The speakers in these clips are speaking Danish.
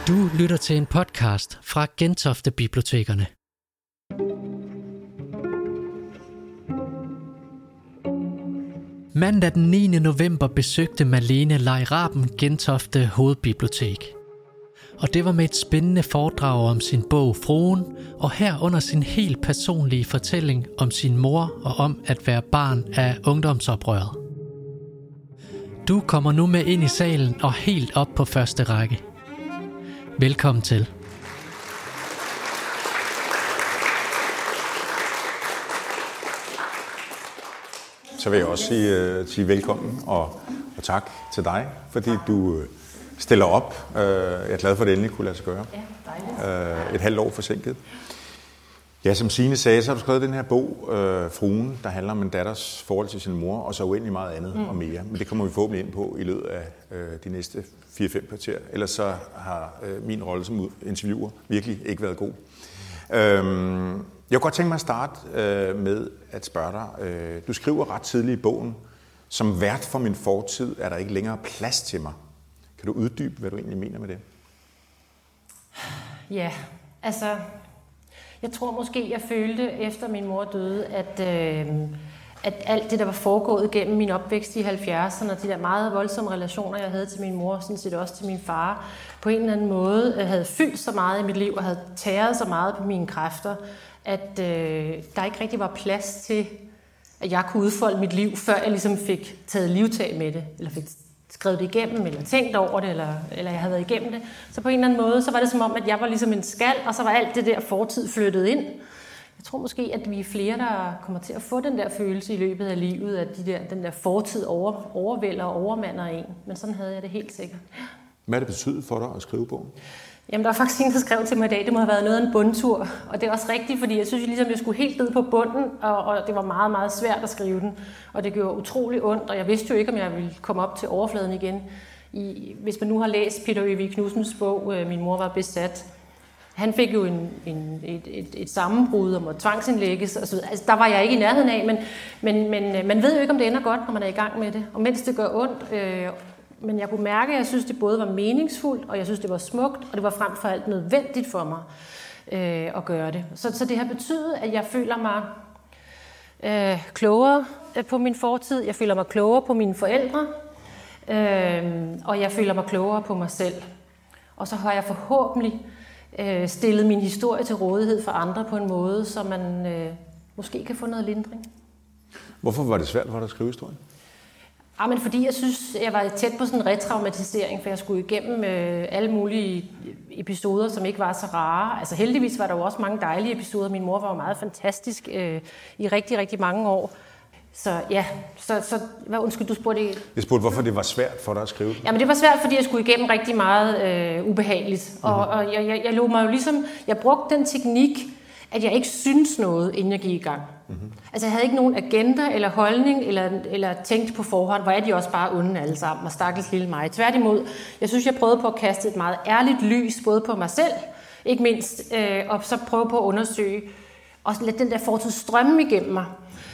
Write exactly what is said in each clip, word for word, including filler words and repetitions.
Du lytter til en podcast fra Gentofte Bibliotekerne. Mandag den niende november besøgte Malene Lei Raben Gentofte Hovedbibliotek. Og det var med et spændende foredrag om sin bog Fruen, og herunder sin helt personlige fortælling om sin mor og om at være barn af ungdomsoprøret. Du kommer nu med ind i salen og helt op på første række. Velkommen til. Så vil jeg også sige, uh, sige velkommen og, og tak til dig, fordi du uh, stiller op. Uh, jeg er glad for, at det endelig kunne lade sig gøre. Uh, et halvt år forsinket. Ja, som Signe sagde, så har du skrevet den her bog, uh, Fruen, der handler om en datters forhold til sin mor, og så uendelig meget andet mm. og mere. Men det kommer vi forhåbentlig ind på i løbet af uh, de næste fire fem kvarter. Ellers så har uh, min rolle som interviewer virkelig ikke været god. Uh, Jeg kunne godt tænke mig at starte øh, med at spørge dig. Øh, du skriver ret tidligt i bogen, som vært for min fortid er der ikke længere plads til mig. Kan du uddybe, hvad du egentlig mener med det? Ja, altså, jeg tror måske, jeg følte efter min mor døde, at, øh, at alt det, der var foregået gennem min opvækst i halvfjerdserne, og de der meget voldsomme relationer, jeg havde til min mor, sådan set også til min far, på en eller anden måde havde fyldt så meget i mit liv, og havde tæret så meget på mine kræfter, at øh, der ikke rigtig var plads til, at jeg kunne udfolde mit liv, før jeg ligesom fik taget livtag med det, eller fik skrevet det igennem, eller tænkt over det, eller, eller jeg havde været igennem det. Så på en eller anden måde, så var det som om, at jeg var ligesom en skal, og så var alt det der fortid flyttet ind. Jeg tror måske, at vi er flere, der kommer til at få den der følelse i løbet af livet, at de der, den der fortid over, overvælder og overmander en. Men sådan havde jeg det helt sikkert. Hvad har det betydet for dig at skrive bogen? Jamen, der var faktisk en, der skrev til mig i dag, det må have været noget af en bundtur. Og det er også rigtigt, fordi jeg synes jeg ligesom, jeg skulle helt ned på bunden, og, og det var meget, meget svært at skrive den. Og det gjorde utrolig ondt, og jeg vidste jo ikke, om jeg ville komme op til overfladen igen. I, hvis man nu har læst Peter Øvig Knudsens bog, Min mor var besat, han fik jo en, en, et, et, et sammenbrud om at tvangsindlægges. Og så, altså, der var jeg ikke i nærheden af, men, men, men man ved jo ikke, om det ender godt, når man er i gang med det. Og mens det gør ondt, øh, men jeg kunne mærke, at jeg synes, det både var meningsfuldt, og jeg synes, det var smukt, og det var frem for alt nødvendigt for mig øh, at gøre det. Så, så det har betydet, at jeg føler mig øh, klogere på min fortid, jeg føler mig klogere på mine forældre, øh, og jeg føler mig klogere på mig selv. Og så har jeg forhåbentlig øh, stillet min historie til rådighed for andre på en måde, så man øh, måske kan få noget lindring. Hvorfor var det svært for dig at skrive historien? Ja, men fordi jeg synes, jeg var tæt på sådan en retraumatisering, for jeg skulle igennem øh, alle mulige episoder, som ikke var så rare. Altså heldigvis var der jo også mange dejlige episoder. Min mor var jo meget fantastisk øh, i rigtig, rigtig mange år. Så ja, så, så hvad, undskyld, du spurgte ikke? Jeg spurgte, hvorfor det var svært for dig at skrive? Jamen det var svært, fordi jeg skulle igennem rigtig meget øh, ubehageligt. Mm-hmm. Og, og jeg, jeg, jeg lå mig jo ligesom, jeg brugte den teknik, at jeg ikke synes noget, inden jeg gik i gang. Mm-hmm. Altså jeg havde ikke nogen agenda eller holdning, eller, eller tænkt på forhånd, hvor er de også bare onde alle sammen, og stakkels lille mig. Tværtimod, jeg synes, jeg prøvede på at kaste et meget ærligt lys, både på mig selv, ikke mindst, øh, og så prøve på at undersøge, og lade den der fortid strømme igennem mig.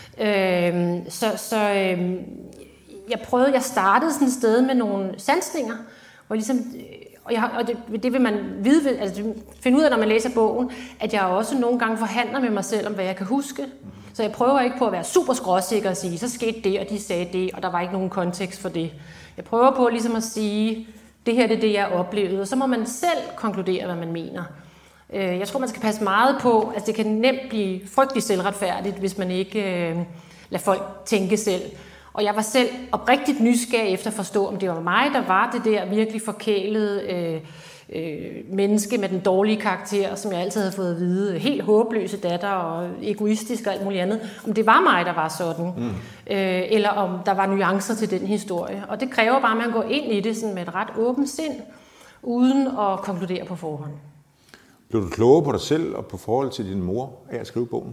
Øh, så så øh, jeg prøvede, jeg startede sådan et sted med nogle sansninger, hvor ligesom... Og, jeg, og det, det vil man vide, altså finde ud af, når man læser bogen, at jeg også nogle gange forhandler med mig selv om, hvad jeg kan huske. Så jeg prøver ikke på at være super skråsikker og sige, så skete det, og de sagde det, og der var ikke nogen kontekst for det. Jeg prøver på ligesom at sige, det her det er det, jeg oplevede, og så må man selv konkludere, hvad man mener. Jeg tror, man skal passe meget på, altså det kan nemt blive frygtelig selvretfærdigt, hvis man ikke øh, lader folk tænke selv. Og jeg var selv oprigtigt nysgerrig efter at forstå, om det var mig, der var det der virkelig forkælede øh, øh, menneske med den dårlige karakter, som jeg altid havde fået at vide, helt håbløse datter og egoistisk og alt muligt andet. Om det var mig, der var sådan, mm. øh, eller om der var nuancer til den historie. Og det kræver bare, at man går ind i det sådan med et ret åbent sind, uden at konkludere på forhånd. Blev du klogere på dig selv og på forhold til din mor af at skrive bogen?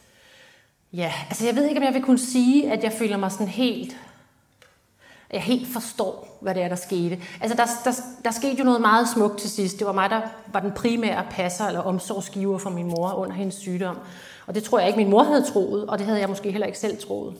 Ja, altså jeg ved ikke, om jeg vil kunne sige, at jeg føler mig sådan helt, jeg helt forstår, hvad det er, der skete. Altså der, der, der skete jo noget meget smukt til sidst. Det var mig, der var den primære passer eller omsorgsgiver for min mor under hendes sygdom. Og det tror jeg ikke, min mor havde troet, og det havde jeg måske heller ikke selv troet.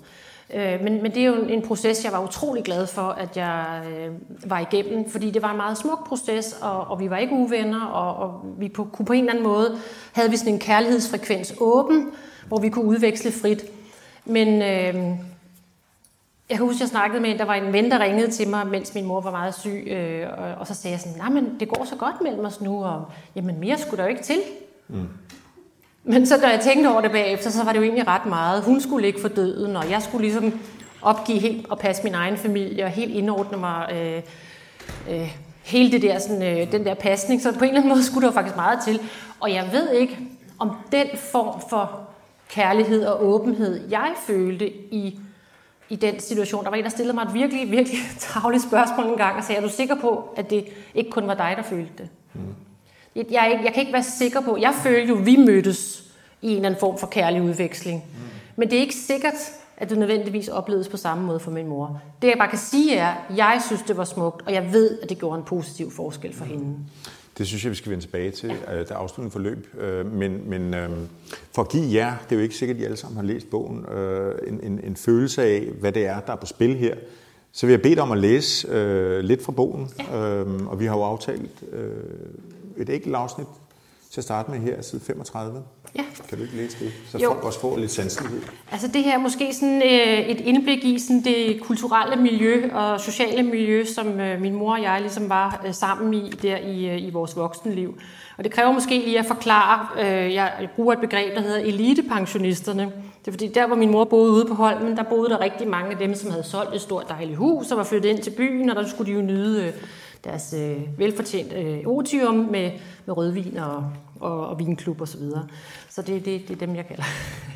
Øh, men, men det er jo en, en proces, jeg var utrolig glad for, at jeg øh, var igennem, fordi det var en meget smuk proces, og, og vi var ikke uvenner, og, og vi på, kunne på en eller anden måde, havde vi sådan en kærlighedsfrekvens åben, hvor vi kunne udveksle frit. Men øh, jeg kan huske, jeg snakkede med en, der var en ven, der ringede til mig, mens min mor var meget syg, øh, og, og så sagde jeg sådan, nej, men det går så godt mellem os nu, og jamen mere skulle der jo ikke til. Mm. Men så da jeg tænkte over det bagefter, så var det jo egentlig ret meget. Hun skulle ligge for døden, og jeg skulle ligesom opgive helt og passe min egen familie, og helt indordne mig øh, øh, hele det der, sådan, øh, den der pasning. Så på en eller anden måde skulle der jo faktisk meget til. Og jeg ved ikke, om den form for kærlighed og åbenhed, jeg følte i, i den situation. Der var en, der stillede mig et virkelig, virkelig travligt spørgsmål en gang, og sagde, er du sikker på, at det ikke kun var dig, der følte det? Mm. Jeg, er ikke, jeg kan ikke være sikker på, jeg følte jo, at vi mødtes i en eller anden form for kærlig udveksling. Mm. Men det er ikke sikkert, at det nødvendigvis opleves på samme måde for min mor. Det jeg bare kan sige er, at jeg synes, det var smukt, og jeg ved, at det gjorde en positiv forskel for hende. Det synes jeg, vi skal vende tilbage til, ja. Det afsluttende forløb. Men, men for at give jer, det er jo ikke sikkert, at I alle sammen har læst bogen, en, en, en følelse af, hvad det er, der er på spil her, så vil jeg bede dig om at læse øh, lidt fra bogen. Ja. Øhm, og vi har jo aftalt øh, et enkelt afsnit til at starte med her, side femogtredive. Ja. Kan du ikke læse det? Så jo. Folk også får lidt sanselighed. Altså det her er måske sådan øh, et indblik i sådan det kulturelle miljø og sociale miljø, som øh, min mor og jeg ligesom var øh, sammen i der i, øh, i vores voksenliv. Og det kræver måske lige at forklare, øh, jeg bruger et begreb, der hedder elitepensionisterne. Det er fordi, der hvor min mor boede ude på Holmen, der boede der rigtig mange af dem, som havde solgt et stort dejligt hus og var flyttet ind til byen, og der skulle de jo nyde øh, deres øh, velfortjente øh, otium med, med rødvin og, og, og vinklub og så videre. Så det, det, det er dem, jeg kalder.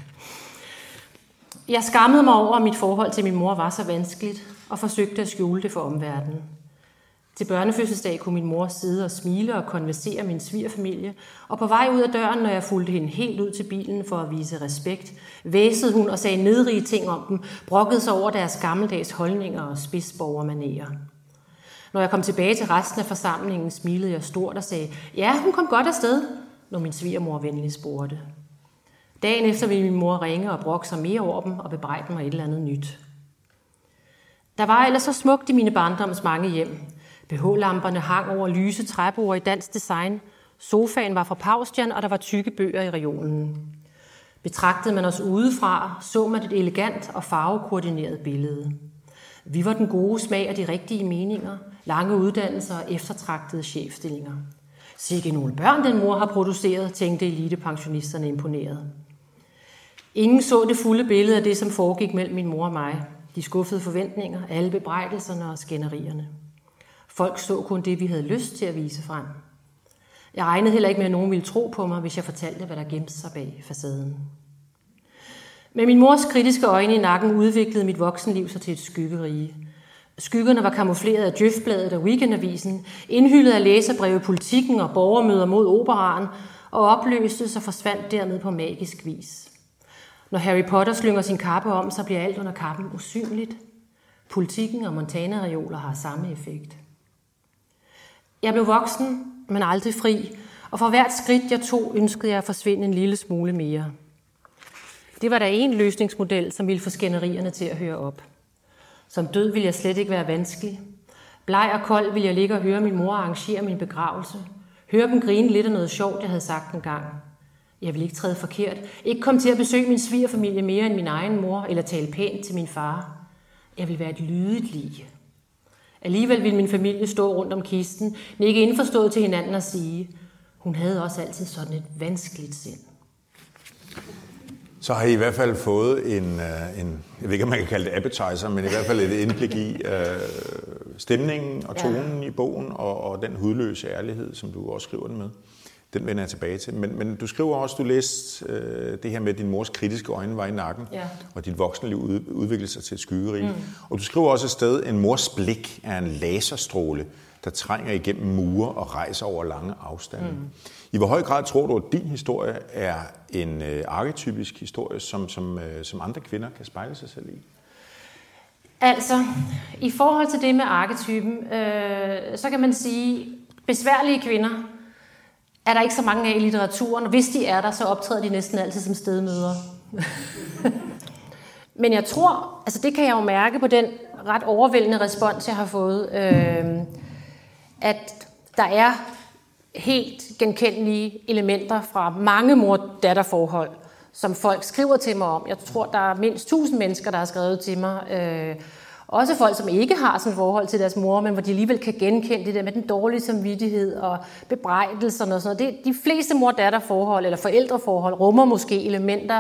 Jeg skammede mig over, at mit forhold til min mor var så vanskeligt, og forsøgte at skjule det for omverdenen. Til børnefødselsdag kunne min mor sidde og smile og konversere min svigerfamilie, og på vej ud af døren, når jeg fulgte hende helt ud til bilen for at vise respekt, væsede hun og sagde nedrige ting om dem, brokkede sig over deres gammeldags holdninger og spidsborgermanerer. Når jeg kom tilbage til resten af forsamlingen, smilede jeg stort og sagde, ja, hun kom godt afsted, når min svigermor venligt spurgte. Dagen efter ville min mor ringe og brokke sig mere over dem og bebrejde mig et eller andet nyt. Der var ellers så smukt i mine barndoms mange hjem. B H-lamperne hang over lyse træbord i dansk design. Sofaen var fra Paustian, og der var tykke bøger i reolen. Betragtede man os udefra, så man et elegant og farvekoordineret billede. Vi var den gode smag og de rigtige meninger, lange uddannelser og eftertragtede chefstillinger. Sikke nogle børn, den mor har produceret, tænkte elitepensionisterne imponeret. Ingen så det fulde billede af det, som foregik mellem min mor og mig. De skuffede forventninger, alle bebrejdelserne og skænderierne. Folk så kun det, vi havde lyst til at vise frem. Jeg regnede heller ikke med, at nogen ville tro på mig, hvis jeg fortalte, hvad der gemte sig bag facaden. Med min mors kritiske øjne i nakken udviklede mit voksenliv sig til et skyggerige. Skyggerne var kamufleret af Djøfbladet og Weekendavisen, indhyldet af læserbreve i Politikken og borgermøder mod operaen, og opløstes og forsvandt dermed på magisk vis. Når Harry Potter slynger sin kappe om, så bliver alt under kappen usynligt. Politikken og Montana-reoler har samme effekt. Jeg blev voksen, men aldrig fri, og for hvert skridt jeg tog, ønskede jeg at forsvinde en lille smule mere. Det var da en løsningsmodel, som ville få skænderierne til at høre op. Som død ville jeg slet ikke være vanskelig. Bleg og kold ville jeg ligge og høre min mor arrangere min begravelse. Høre dem grine lidt af noget sjovt, jeg havde sagt en gang. Jeg ville ikke træde forkert. Ikke komme til at besøge min svigerfamilie mere end min egen mor, eller tale pænt til min far. Jeg ville være et lydigt lig. Alligevel ville min familie stå rundt om kisten, nikke indforstået til hinanden og sige, hun havde også altid sådan et vanskeligt sind. Så har I i hvert fald fået en, en jeg ved ikke, om man kan kalde det appetizer, men i hvert fald et indblik i uh, stemningen og tonen ja. i bogen, og, og den hudløse ærlighed, som du også skriver den med. Den vender jeg tilbage til. Men, men du skriver også, du læste øh, det her med, at din mors kritiske øjne var i nakken, ja. og dit voksenliv ud, udviklede sig til et skyggerige. Mm. Og du skriver også et sted, en mors blik er en laserstråle, der trænger igennem mure og rejser over lange afstande. Mm. I hvor høj grad tror du, at din historie er en øh, arketypisk historie, som, som, øh, som andre kvinder kan spejle sig selv i? Altså, i forhold til det med arketypen, øh, så kan man sige, besværlige kvinder er der ikke så mange af i litteraturen, og hvis de er der, så optræder de næsten altid som stedmødre. Men jeg tror, altså det kan jeg jo mærke på den ret overvældende respons, jeg har fået, øh, at der er helt genkendelige elementer fra mange mor-datter-forhold, som folk skriver til mig om. Jeg tror, der er mindst tusind mennesker, der har skrevet til mig. Øh, også folk, som ikke har sådan et forhold til deres mor, men hvor de alligevel kan genkende det der med den dårlige samvittighed og bebrejdelserne og sådan noget. Det, de fleste mor-datter-forhold eller forældreforhold rummer måske elementer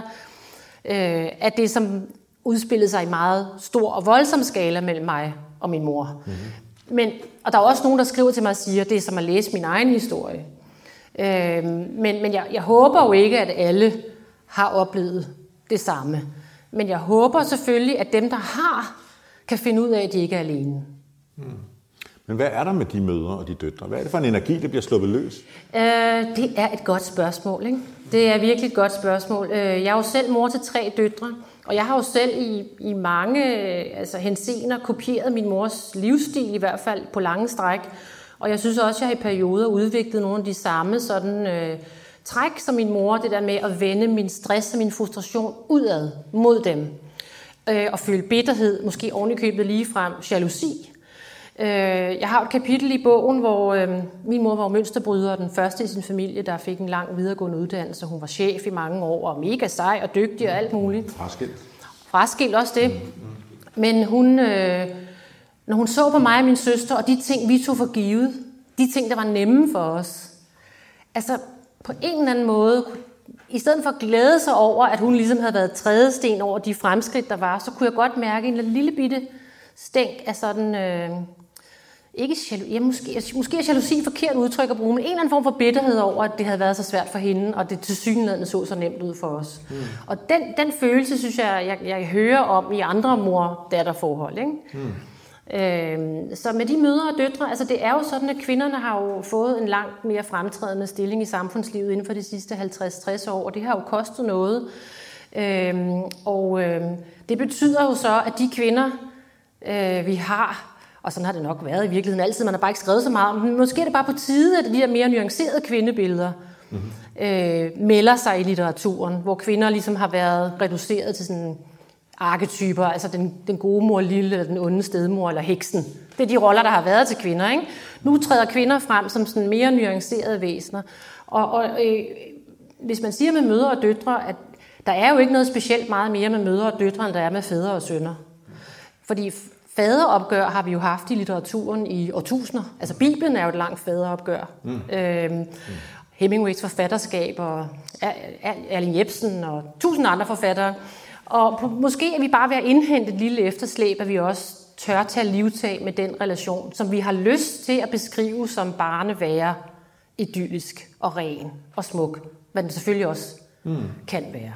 øh, af det, som udspillede sig i meget stor og voldsom skala mellem mig og min mor. Mm-hmm. Men, og der er også nogen, der skriver til mig og siger, at det er som at læse min egen historie. Øh, men men jeg, jeg håber jo ikke, at alle har oplevet det samme. Men jeg håber selvfølgelig, at dem, der har, kan finde ud af, at de ikke er alene. Mm. Men hvad er der med de mødre og de døtre? Hvad er det for en energi, der bliver sluppet løs? Øh, det er et godt spørgsmål, ikke? Det er virkelig et godt spørgsmål. Jeg er jo selv mor til tre døtre, og jeg har jo selv i, i mange altså, henseender kopieret min mors livsstil, i hvert fald på lange stræk. Og jeg synes også, at jeg i perioder udviklede nogle af de samme sådan, øh, træk som min mor, det der med at vende min stress og min frustration udad mod dem. Øh, og føle bitterhed, måske ovenikøbet ligefrem jalousi. Øh, jeg har et kapitel i bogen, hvor øh, min mor var mønsterbryder, den første i sin familie, der fik en lang videregående uddannelse. Hun var chef i mange år, og mega sej og dygtig og alt muligt. Fraskilt. Fraskilt også det. Men hun, øh, når hun så på mig og min søster, og de ting, vi tog for givet, de ting, der var nemme for os, altså på en eller anden måde, i stedet for at glæde sig over, at hun ligesom havde været trædesten over de fremskridt, der var, så kunne jeg godt mærke en lille bitte stænk af sådan, øh, ikke jalousi, ja, måske, måske er jalousi forkert udtryk at bruge, men en eller anden form for bitterhed over, at det havde været så svært for hende, og det tilsyneladende så så nemt ud for os. Mm. Og den, den følelse, synes jeg, jeg, jeg hører om i andre mor-datter-forhold, ikke? Mm. Øhm, så med de mødre og døtre, altså det er jo sådan, at kvinderne har jo fået en langt mere fremtrædende stilling i samfundslivet inden for de sidste halvtreds til tres år, og det har jo kostet noget. Øhm, og øhm, det betyder jo så, at de kvinder, øh, vi har, og sådan har det nok været i virkeligheden altid, man har bare ikke skrevet så meget om, men måske er det bare på tide, at de der mere nuancerede kvindebilleder mm-hmm. øh, melder sig i litteraturen, hvor kvinder ligesom har været reduceret til sådan arketyper, altså den, den gode mor lille, eller den onde stedmor, eller heksen. Det er de roller, der har været til kvinder, ikke? Nu træder kvinder frem som sådan mere nuancerede væsener. Og, og øh, hvis man siger med mødre og døtre, at der er jo ikke noget specielt meget mere med mødre og døtre, end der er med fædre og sønner. Fordi faderopgør har vi jo haft i litteraturen i årtusinder. Altså Bibelen er jo et langt faderopgør. Mm. Øhm, mm. Hemingways forfatterskab, og Erling Jepsen, og tusind andre forfattere. Og på, måske er vi bare ved at indhente et lille efterslæb, at vi også tør tage livtag med den relation, som vi har lyst til at beskrive som barnevære, idyllisk og ren og smuk, hvad den selvfølgelig også mm. kan være.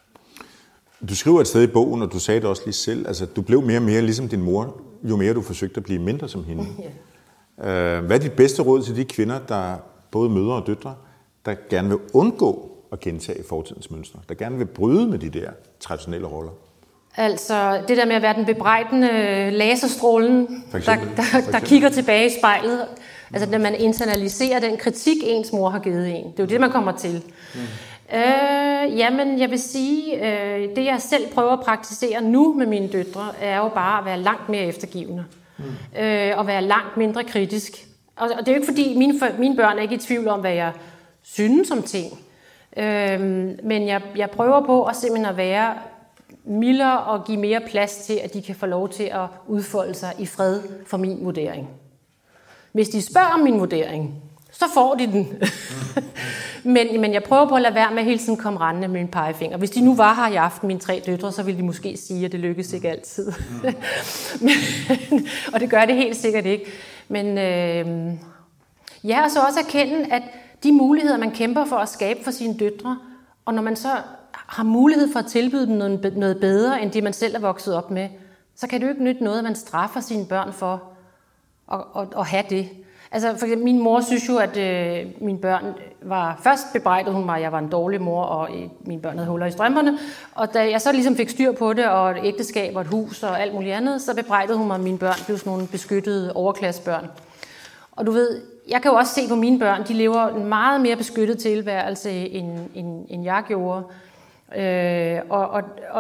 Du skriver et sted i bogen, og du sagde det også lige selv, altså du blev mere og mere ligesom din mor, jo mere du forsøgte at blive mindre som hende. Yeah. Hvad er dit bedste råd til de kvinder, der både mødre og døtre, der gerne vil undgå at gentage fortidens mønstre, der gerne vil bryde med de der traditionelle roller? Altså det der med at være den bebrejdende laserstrålen, der, der, der kigger tilbage i spejlet. Altså når man internaliserer den kritik, ens mor har givet en. Det er jo det, man kommer til. Mm. Øh, jamen, jeg vil sige, øh, det jeg selv prøver at praktisere nu med mine døtre, er jo bare at være langt mere eftergivende. Mm. Øh, og være langt mindre kritisk. Og, og det er jo ikke fordi, mine, mine børn er ikke i tvivl om, hvad jeg synes om ting. Øh, men jeg, jeg prøver på at simpelthen at være mildere og give mere plads til, at de kan få lov til at udfolde sig i fred for min vurdering. Hvis de spørger om min vurdering, så får de den. men, men jeg prøver på at lade være med hele tiden komme rendende med min pegefinger. Hvis de nu var her i aften, mine tre døtre, så ville de måske sige, at det lykkes ikke altid. men, og det gør det helt sikkert ikke. Men øh, ja, og så også erkende, at de muligheder, man kæmper for at skabe for sine døtre, og når man så har mulighed for at tilbyde dem noget, noget bedre, end det man selv er vokset op med, så kan det jo ikke nytte noget, at man straffer sine børn for at, at, at have det. Altså for eksempel, min mor synes jo, at øh, mine børn var først bebrejdet hun mig, at jeg var en dårlig mor, og øh, mine børn havde huller i strømperne. Og da jeg så ligesom fik styr på det, og et ægteskab og et hus og alt muligt andet, så bebrejdede hun mig, at mine børn blev sådan nogle beskyttede overklassebørn. Og du ved, jeg kan jo også se på mine børn, de lever en meget mere beskyttet tilværelse, end, end, end jeg gjorde. Øh, og, og, og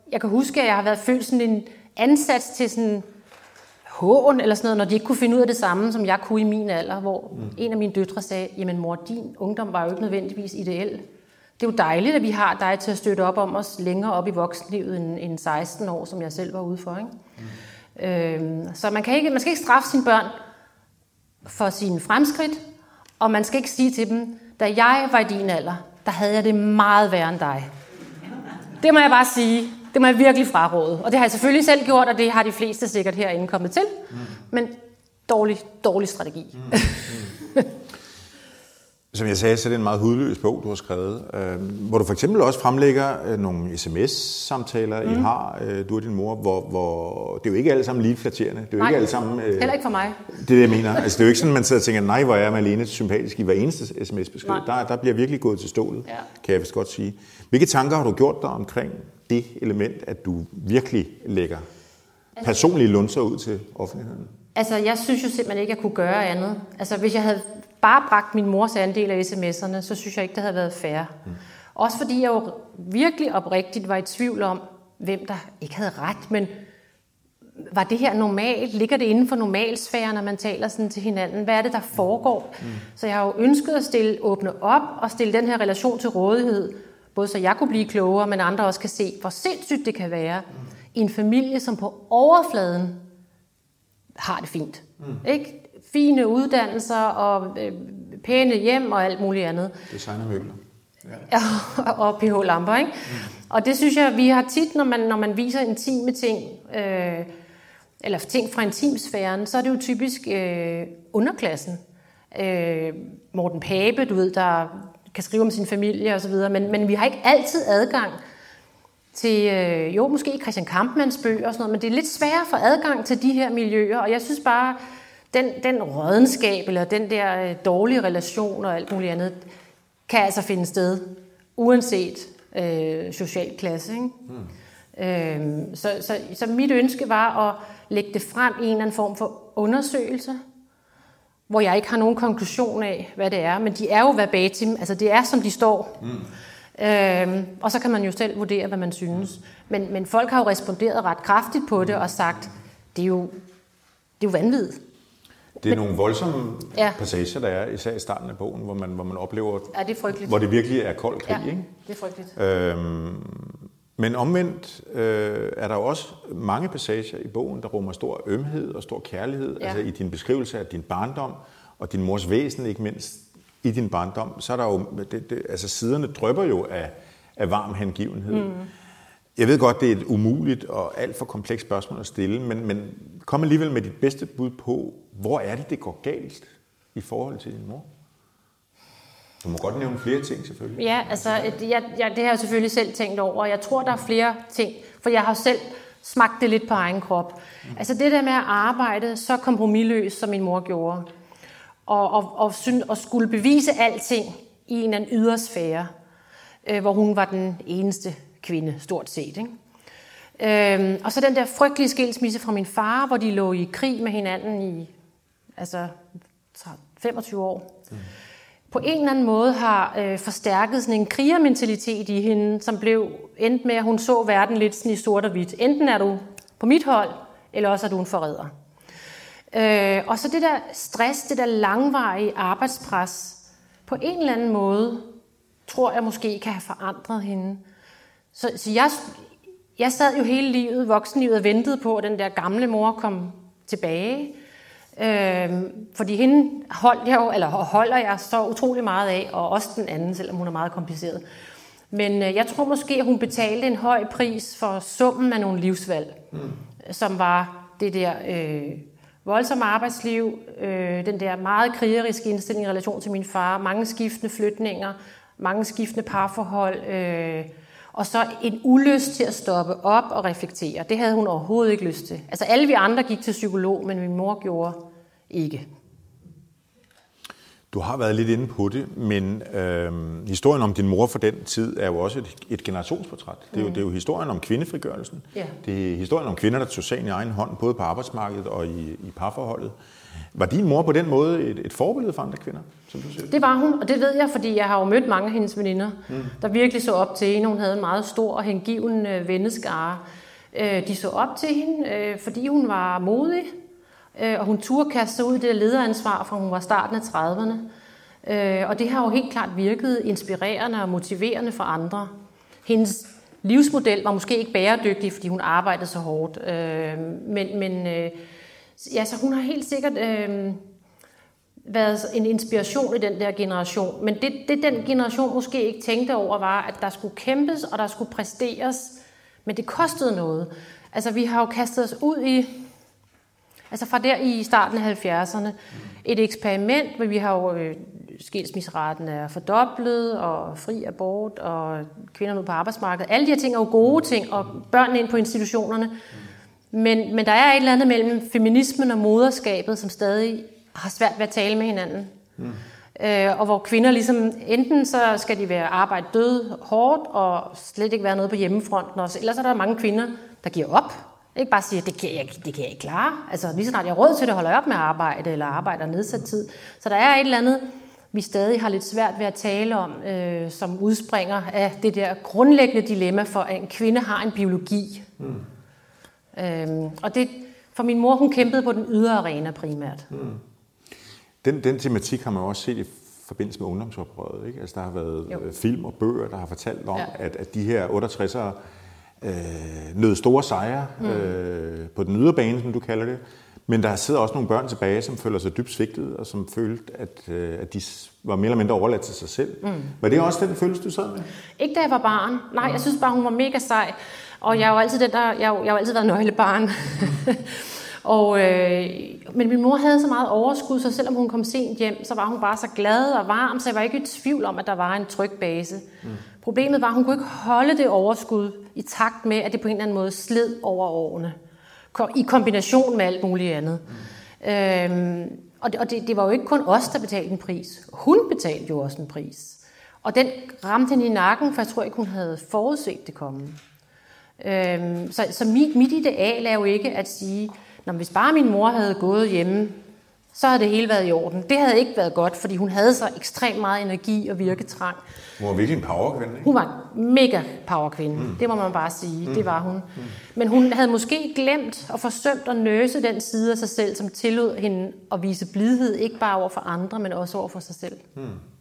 jeg kan huske, at jeg har været følt sådan en ansats til sådan hån eller sådan noget, når de ikke kunne finde ud af det samme, som jeg kunne i min alder, hvor mm. en af mine døtre sagde, jamen mor, din ungdom var jo ikke nødvendigvis ideel. Det er jo dejligt, at vi har dig til at støtte op om os længere op i voksenlivet end, end seksten år, som jeg selv var ude for. Ikke? Mm. Øhm, så man, kan ikke, man skal ikke straffe sine børn for sine fremskridt, og man skal ikke sige til dem, da jeg var i din alder, der havde jeg det meget værre end dig. Det må jeg bare sige. Det må jeg virkelig fraråde. Og det har jeg selvfølgelig selv gjort, og det har de fleste sikkert herinde kommet til. Mm. Men dårlig, dårlig strategi. Mm. Mm. Som jeg sagde, så er det en meget hudløs bog, du har skrevet, øh, hvor du for eksempel også fremlægger øh, nogle sms-samtaler, mm. I har, øh, du og din mor, hvor, hvor det er jo ikke alle sammen lige flatterende. Det er jo nej, ikke alle sammen, øh, heller ikke for mig. Det er det, jeg mener. Altså, det er jo ikke sådan, man sidder og tænker, nej, hvor er jeg Malene sympatisk i hver eneste sms-besked. Der, der bliver virkelig gået til stålet, ja. Kan jeg vist godt sige. Hvilke tanker har du gjort dig omkring det element, at du virkelig lægger personlige lunser ud til offentligheden? Altså, jeg synes jo simpelthen ikke, at jeg kunne gøre andet. Altså, hvis jeg havde bare bragt min mors andel af sms'erne, så synes jeg ikke, det havde været fair. Mm. Også fordi jeg jo virkelig oprigtigt var i tvivl om, hvem der ikke havde ret, men var det her normalt? Ligger det inden for normalsfæren, når man taler sådan til hinanden? Hvad er det, der foregår? Mm. Så jeg har jo ønsket at stille, åbne op og stille den her relation til rådighed, både så jeg kunne blive klogere, men andre også kan se, hvor sindssygt det kan være mm. i en familie, som på overfladen har det fint. Mm. Ikke? Fine uddannelser og øh, pæne hjem og alt muligt andet. Designermøbler. Ja. Og P H-lamper, ikke? Mm. Og det synes jeg, vi har tit, når man, når man viser intime ting, øh, eller ting fra intimsfæren, så er det jo typisk øh, underklassen. Øh, Morten Pape, du ved, der kan skrive om sin familie og så videre, men, men vi har ikke altid adgang til, øh, jo, måske Christian Kampmanns bøger og sådan noget, men det er lidt sværere at få adgang til de her miljøer, og jeg synes bare, den, den rådenskab, eller den der øh, dårlige relation og alt muligt andet, kan altså finde sted, uanset øh, social klasse. Ikke? Mm. Øhm, så, så, så mit ønske var at lægge det frem i en eller anden form for undersøgelse, hvor jeg ikke har nogen konklusion af, hvad det er, men de er jo verbatim, altså det er, som de står. Mm. Øhm, og så kan man jo selv vurdere, hvad man synes. Men, men folk har jo responderet ret kraftigt på det og sagt, det er jo, det er jo vanvittigt. Det er men, nogle voldsomme ja. passager, der er, især i starten af bogen, hvor man, hvor man oplever, ja, det er frygteligt. Hvor det virkelig er kold krig. Ja, ikke? Det er frygteligt. Øhm, men omvendt øh, er der også mange passager i bogen, der rummer stor ømhed og stor kærlighed. Ja. Altså i din beskrivelse af din barndom og din mors væsen, ikke mindst i din barndom, så er der jo, det, det, altså siderne drypper jo af, af varm hengivenhed. Mm. Jeg ved godt, det er et umuligt og alt for komplekst spørgsmål at stille, men, men kom alligevel med dit bedste bud på, hvor er det, det går galt i forhold til din mor? Du må godt nævne flere ting, selvfølgelig. Ja, altså, jeg, jeg, det har jeg selvfølgelig selv tænkt over, og jeg tror, der er flere ting, for jeg har selv smagt det lidt på egen krop. Mm. Altså det der med at arbejde så kompromisløst, som min mor gjorde, og, og, og, og skulle bevise alting i en eller anden ydersfære, øh, hvor hun var den eneste kvinde, stort set. Ikke? Øhm, og så den der frygtelige skilsmisse fra min far, hvor de lå i krig med hinanden i altså, femogtyve år. Mm. På en eller anden måde har øh, forstærket sådan en krigermentalitet i hende, som blev endt med, at hun så verden lidt sådan i sort og hvidt. Enten er du på mit hold, eller også er du en forræder. Øh, og så det der stress, det der langvarige arbejdspres, på en eller anden måde, tror jeg måske kan have forandret hende. Så, så jeg, jeg sad jo hele livet, voksenlivet, og ventede på, at den der gamle mor kom tilbage. Øhm, fordi hende holdt jeg jo, eller holder jeg så utrolig meget af, og også den anden, selvom hun er meget kompliceret. Men øh, jeg tror måske, at hun betalte en høj pris for summen af nogle livsvalg, mm. som var det der øh, voldsomme arbejdsliv, øh, den der meget krigeriske indstilling i relation til min far, mange skiftende flytninger, mange skiftende parforhold, øh, og så en ulyst til at stoppe op og reflektere. Det havde hun overhovedet ikke lyst til. Altså alle vi andre gik til psykolog, men min mor gjorde ikke. Du har været lidt inde på det, men øh, historien om din mor for den tid er jo også et, et generationsportræt. Det er, jo, det er jo historien om kvindefrigørelsen. Ja. Det er historien om kvinder, der tog sagen i egen hånd, både på arbejdsmarkedet og i, i parforholdet. Var din mor på den måde et, et forbillede for andre kvinder, som du siger? Det var hun, og det ved jeg, fordi jeg har jo mødt mange af hendes veninder, mm. der virkelig så op til hende. Hun havde en meget stor og hengiven øh, venneskare. Øh, de så op til hende, øh, fordi hun var modig, øh, og hun turde kaste sig ud i det lederansvar, fra hun var starten af trediverne. Øh, og det har jo helt klart virket inspirerende og motiverende for andre. Hendes livsmodel var måske ikke bæredygtig, fordi hun arbejdede så hårdt, øh, men... men øh, Ja, så hun har helt sikkert øh, været en inspiration i den der generation. Men det, det den generation måske ikke tænkte over, var, at der skulle kæmpes, og der skulle præsteres. Men det kostede noget. Altså, vi har jo kastet os ud i... Altså, fra der i starten af halvfjerdserne. Et eksperiment, hvor vi har jo... Øh, skilsmisseraten er fordoblet, og fri abort, og kvinder ud på arbejdsmarkedet. Alle de her ting er jo gode ting, og børnene ind på institutionerne. Men, men der er et eller andet mellem feminismen og moderskabet, som stadig har svært ved at tale med hinanden. Mm. Øh, og hvor kvinder ligesom, enten så skal de være arbejde død hårdt, og slet ikke være noget på hjemmefronten også. Ellers er der mange kvinder, der giver op. Ikke bare siger, det kan jeg, det kan jeg ikke klare. Altså lige så snart jeg har råd til det, holder jeg op med at arbejde, eller arbejder nedsat tid. Så der er et eller andet, vi stadig har lidt svært ved at tale om, øh, som udspringer af det der grundlæggende dilemma for, at en kvinde har en biologi. Mm. Øhm, og det, for min mor, hun kæmpede på den ydre arena primært. Mm. Den, den tematik har man også set i forbindelse med ungdomsoprøret, ikke? Altså, der har været jo. film og bøger, der har fortalt om, ja. at, at de her otteogtresere øh, nød store sejre mm. øh, på den ydre bane, som du kalder det. Men der sidder også nogle børn tilbage, som føler sig dybt svigtet, og som følte, at, øh, at de var mere eller mindre overladt til sig selv. Mm. Var det også den følelse, du sad med? Ikke da jeg var barn. Nej, jeg synes bare, hun var mega sej. Og jeg har jo altid, den der, jeg, jeg har jo altid været nøglebarn. og, øh, men min mor havde så meget overskud, så selvom hun kom sent hjem, så var hun bare så glad og varm, så jeg var ikke i tvivl om, at der var en tryg base. Mm. Problemet var, at hun kunne ikke holde det overskud i takt med, at det på en eller anden måde sled over årene. I kombination med alt muligt andet. Mm. Øhm, og det, og det, det var jo ikke kun os, der betalte en pris. Hun betalte jo også en pris. Og den ramte hende i nakken, for jeg tror ikke, hun havde forudset det komme. Øhm, så så mit, mit ideal er jo ikke at sige, når hvis bare min mor havde gået hjemme, så havde det hele været i orden. Det havde ikke været godt, fordi hun havde så ekstremt meget energi og virketrang. Hun var virkelig en powerkvinde, ikke? Hun var en mega powerkvinde, mm. det må man bare sige. Mm. Det var hun. Mm. Men hun havde måske glemt og forsømt at nøse den side af sig selv, som tillod hende at vise blidhed, ikke bare over for andre, men også over for sig selv. Mm.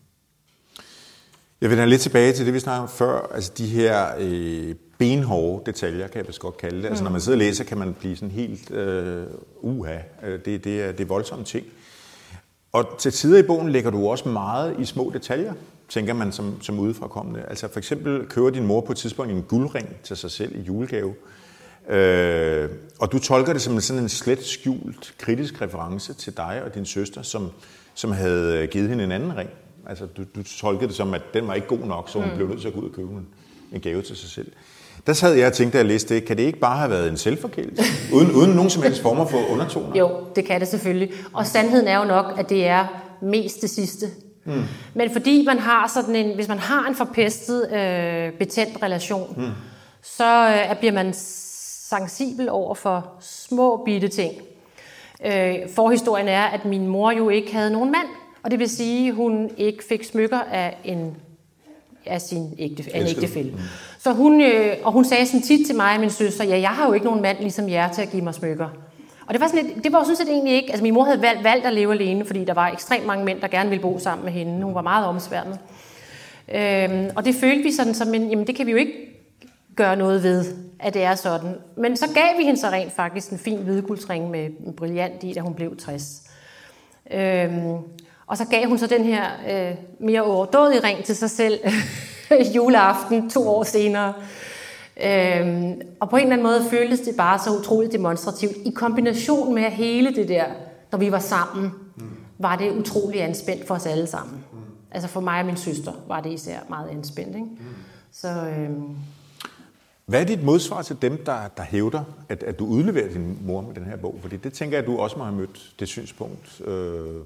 Jeg vender lidt tilbage til det, vi snakkede om før. Altså de her øh, benhårde detaljer, kan jeg vist godt kalde det. Altså mm. når man sidder og læser, kan man blive sådan helt øh, uha. Det, det, er, det er voldsomme ting. Og til tider i bogen lægger du også meget i små detaljer, tænker man som, som udefrakommende. Altså for eksempel køber din mor på et tidspunkt en guldring til sig selv i julegave. Øh, og du tolker det som sådan en slet skjult kritisk reference til dig og din søster, som, som havde givet hende en anden ring. Altså, du, du tolkede det som, at den var ikke god nok, så hun mm. blev nødt til at gå ud og købe en, en gave til sig selv. Der sad jeg og tænkte, da jeg læste det, kan det ikke bare have været en selvforkælelse? Uden, uden nogen som helst former for undertoner? Jo, det kan det selvfølgelig. Og sandheden er jo nok, at det er mest det sidste. Mm. Men fordi man har sådan en, hvis man har en forpestet, øh, betændt relation, mm. så øh, bliver man sensibel over for små bitte ting. Øh, forhistorien er, at min mor jo ikke havde nogen mand. Og det vil sige, at hun ikke fik smykker af en af sin ægte, af en ægtefælle. Mm. Så hun, øh, og hun sagde sådan tit til mig og min søster, ja, jeg har jo ikke nogen mand ligesom jer til at give mig smykker. Og det var sådan lidt, det var sådan set egentlig ikke, altså min mor havde valgt, valgt at leve alene, fordi der var ekstremt mange mænd, der gerne ville bo sammen med hende. Hun var meget omsværmet. Øhm, og det følte vi sådan som, en, jamen det kan vi jo ikke gøre noget ved, at det er sådan. Men så gav vi hende så rent faktisk en fin hvidguldsring med en brillant i, da hun blev tres. Øhm, Og så gav hun så den her øh, mere overdådige ring til sig selv juleaften to år senere. Øhm, og på en eller anden måde føltes det bare så utroligt demonstrativt. I kombination med hele det der, når vi var sammen, mm. var det utroligt anspændt for os alle sammen. Mm. Altså for mig og min søster var det især meget anspændt. Ikke? Mm. Så, øhm, Hvad er dit modsvar til dem, der, der hævder, at, at du udleverer din mor med den her bog? Fordi det tænker jeg, at du også må have mødt det synspunkt. Øh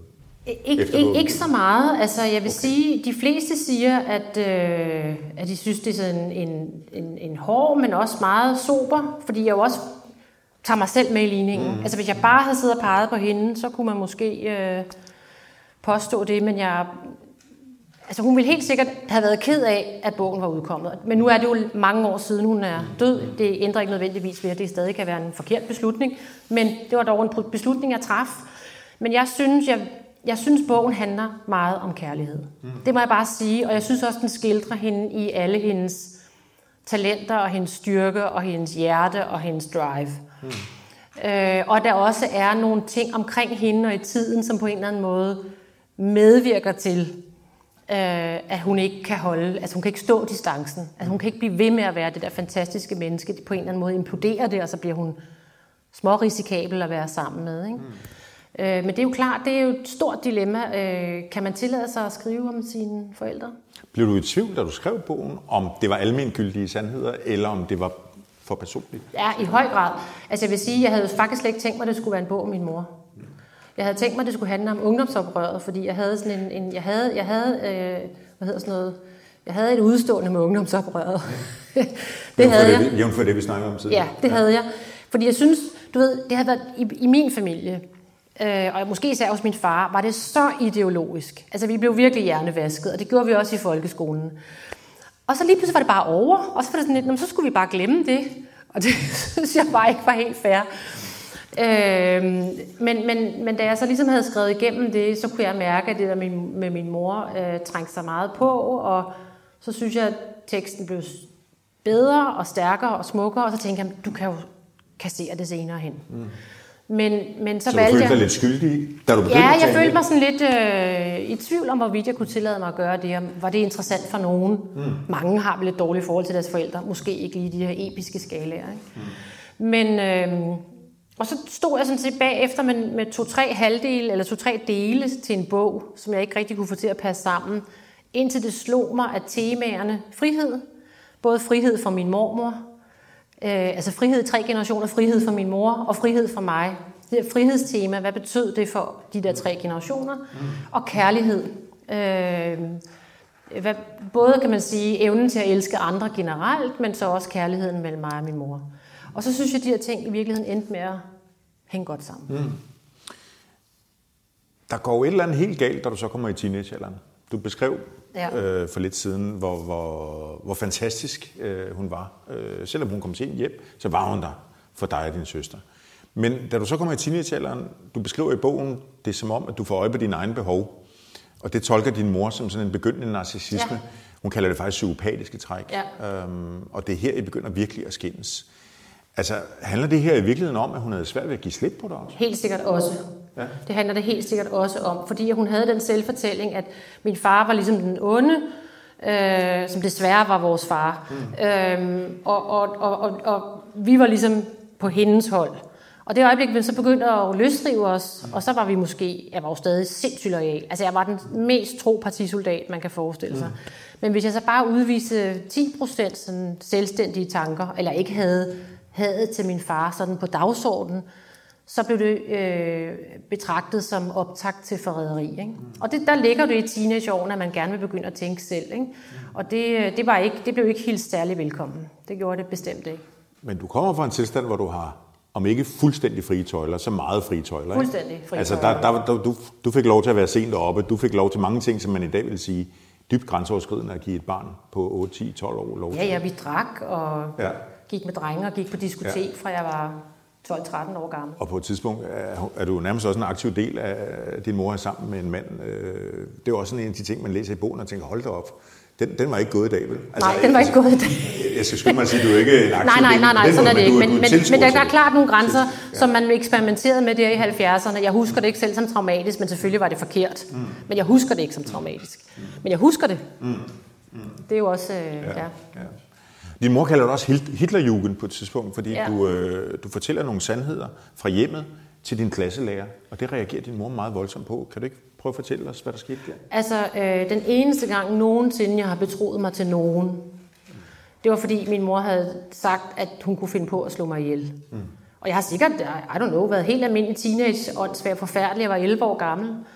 Ikke, ikke, ikke så meget. Altså, jeg vil okay. sige, de fleste siger, at, øh, at de synes, det er sådan en, en, en hård, men også meget sober, fordi jeg jo også tager mig selv med i ligningen. Mm. Altså, hvis jeg bare havde siddet og peget på hende, så kunne man måske øh, påstå det, men jeg... Altså, hun ville helt sikkert have været ked af, at bogen var udkommet. Men nu er det jo mange år siden, hun er død. Det ændrer ikke nødvendigvis ved, at det stadig kan være en forkert beslutning. Men det var dog en beslutning, jeg traf. Men jeg synes, jeg, jeg synes bogen handler meget om kærlighed. Mm. Det må jeg bare sige. Og jeg synes også, den skildrer hende i alle hendes talenter, og hendes styrke, og hendes hjerte, og hendes drive. Mm. Øh, og der også er nogle ting omkring hende og i tiden, som på en eller anden måde medvirker til, at hun ikke kan holde, altså hun kan ikke stå distancen. Altså hun kan ikke blive ved med at være det der fantastiske menneske. På en eller anden måde imploderer det, og så bliver hun smårisikabel at være sammen med. Ikke? Mm. Øh, men det er jo klart, det er jo et stort dilemma. Øh, kan man tillade sig at skrive om sine forældre? Blev du i tvivl, da du skrev bogen, om det var almengyldige sandheder, eller om det var for personligt? Ja, i høj grad. Altså jeg vil sige, jeg havde faktisk slet ikke tænkt mig, at det skulle være en bog om min mor. Jeg havde tænkt mig, at det skulle handle om ungdomsoprøret, fordi jeg havde sådan en, en jeg havde, jeg havde, øh, hvad hedder sådan noget, jeg havde et udstående med ungdomsoprøret. det det havde jeg. Jævnt for det, vi snakker om tidligere. Ja, det ja. havde jeg. Fordi jeg synes, du ved, det havde været i, i min familie, øh, og måske især hos min far, var det så ideologisk. Altså vi blev virkelig hjernevasket, og det gjorde vi også i folkeskolen. Og så lige pludselig var det bare over, og så var det sådan lidt, så skulle vi bare glemme det. Og det synes jeg bare ikke var helt fair. Øh, men, men, men da jeg så ligesom havde skrevet igennem det, så kunne jeg mærke, at det der med, med min mor øh, trængte sig meget på, og så synes jeg, at teksten blev bedre og stærkere og smukkere, og så tænkte jeg, du kan jo kassere det senere hen. Mm. Men, men så, så valgte du følte jeg... dig lidt skyldig, da du begyndte Ja, at jeg følte mig sådan lidt øh, i tvivl om, hvorvidt jeg kunne tillade mig at gøre det, og var det interessant for nogen. Mm. Mange har vel et dårligt forhold til deres forældre, måske ikke lige de her episke skalaer. Ikke? Mm. Men... Øh, Og så stod jeg sådan set bagefter med, med to-tre halvdele, eller to-tre dele til en bog, som jeg ikke rigtig kunne få til at passe sammen, indtil det slog mig, at temaerne frihed, både frihed for min mormor, øh, altså frihed i tre generationer, frihed for min mor, og frihed for mig. Det her frihedstema, hvad betød det for de der tre generationer? Mm. Og kærlighed. Øh, hvad, både kan man sige evnen til at elske andre generelt, men så også kærligheden mellem mig og min mor. Og så synes jeg, at de her ting i virkeligheden endte med at hænge godt sammen. Mm. Der går jo et eller andet helt galt, da du så kommer i teenagealderen. Du beskrev ja. øh, for lidt siden, hvor, hvor, hvor fantastisk øh, hun var. Øh, selvom hun kom sent hjem, så var hun der for dig og din søster. Men da du så kommer i teenagealderen, du beskriver i bogen, det er som om, at du får øje på dine egne behov. Og det tolker din mor som sådan en begyndende narcissisme. Ja. Hun kalder det faktisk psykopatiske træk. Ja. Øhm, og det er her, I begynder virkelig at skændes. Altså, handler det her i virkeligheden om, at hun havde svært ved at give slip på dig også? Helt sikkert også. Ja. Det handler det helt sikkert også om, fordi hun havde den selvfortælling, at min far var ligesom den onde, øh, som desværre var vores far. Mm. Øhm, og, og, og, og, og vi var ligesom på hendes hold. Og det øjeblik, vi så begyndte at løsrive os, mm. og så var vi måske, jeg var jo stadig sindssygt loyal. Altså, jeg var den mest tro partisoldat, man kan forestille sig. Mm. Men hvis jeg så bare udviste ti procent sådan selvstændige tanker, eller ikke havde hadet til min far sådan på dagsordenen, så blev det øh, betragtet som optakt til forræderi. Ikke? Mm. Og det, der ligger det i teenageårene, at man gerne vil begynde at tænke selv. Ikke? Mm. Og det, det, var ikke, det blev ikke helt særlig velkommen. Det gjorde det bestemt ikke. Men du kommer fra en tilstand, hvor du har, om ikke fuldstændig frie tøjler, så meget frie tøjler. Ikke? Fuldstændig frie altså, tøjler. Der, der, der, du, du fik lov til at være sent deroppe. Du fik lov til mange ting, som man i dag vil sige, dybt grænseoverskridende at give et barn på otte, ti, tolv år lov til. Ja, ja, vi drak og ja. gik med drenge og gik på diskotek, ja. fra jeg var tolv tretten år gammel. Og på et tidspunkt er, er du nærmest også en aktiv del af din mor er sammen med en mand. Det er også sådan en af de ting, man læser i bogen og tænker, hold da op. Den, den var ikke gået i dag, vel? Altså, nej, den var ikke gået i dag. Jeg skal skynde mig at sige, at du er ikke en aktiv Nej, nej, nej, nej, sådan er det ikke. Men, men, men der er klart nogle grænser, ja. som man eksperimenterede med der i halvfjerdserne. Jeg husker det ikke selv som traumatisk, men selvfølgelig var det forkert. Mm. Men jeg husker det ikke som traumatisk. Mm. Men jeg husker det. Mm. Mm. Det er jo også... Øh, ja. Ja. Ja. Din mor kalder det også Hitlerjugend på et tidspunkt, fordi ja. du, øh, du fortæller nogle sandheder fra hjemmet til din klasselærer, og det reagerer din mor meget voldsomt på. Kan du ikke prøve at fortælle os, hvad der skete der? Altså, øh, den eneste gang nogensinde, jeg har betroet mig til nogen, det var fordi min mor havde sagt, at hun kunne finde på at slå mig ihjel. Mm. Og jeg har sikkert, I don't know, været helt almindelig teenage, åndssvær forfærdelig. Jeg var elleve år gammel.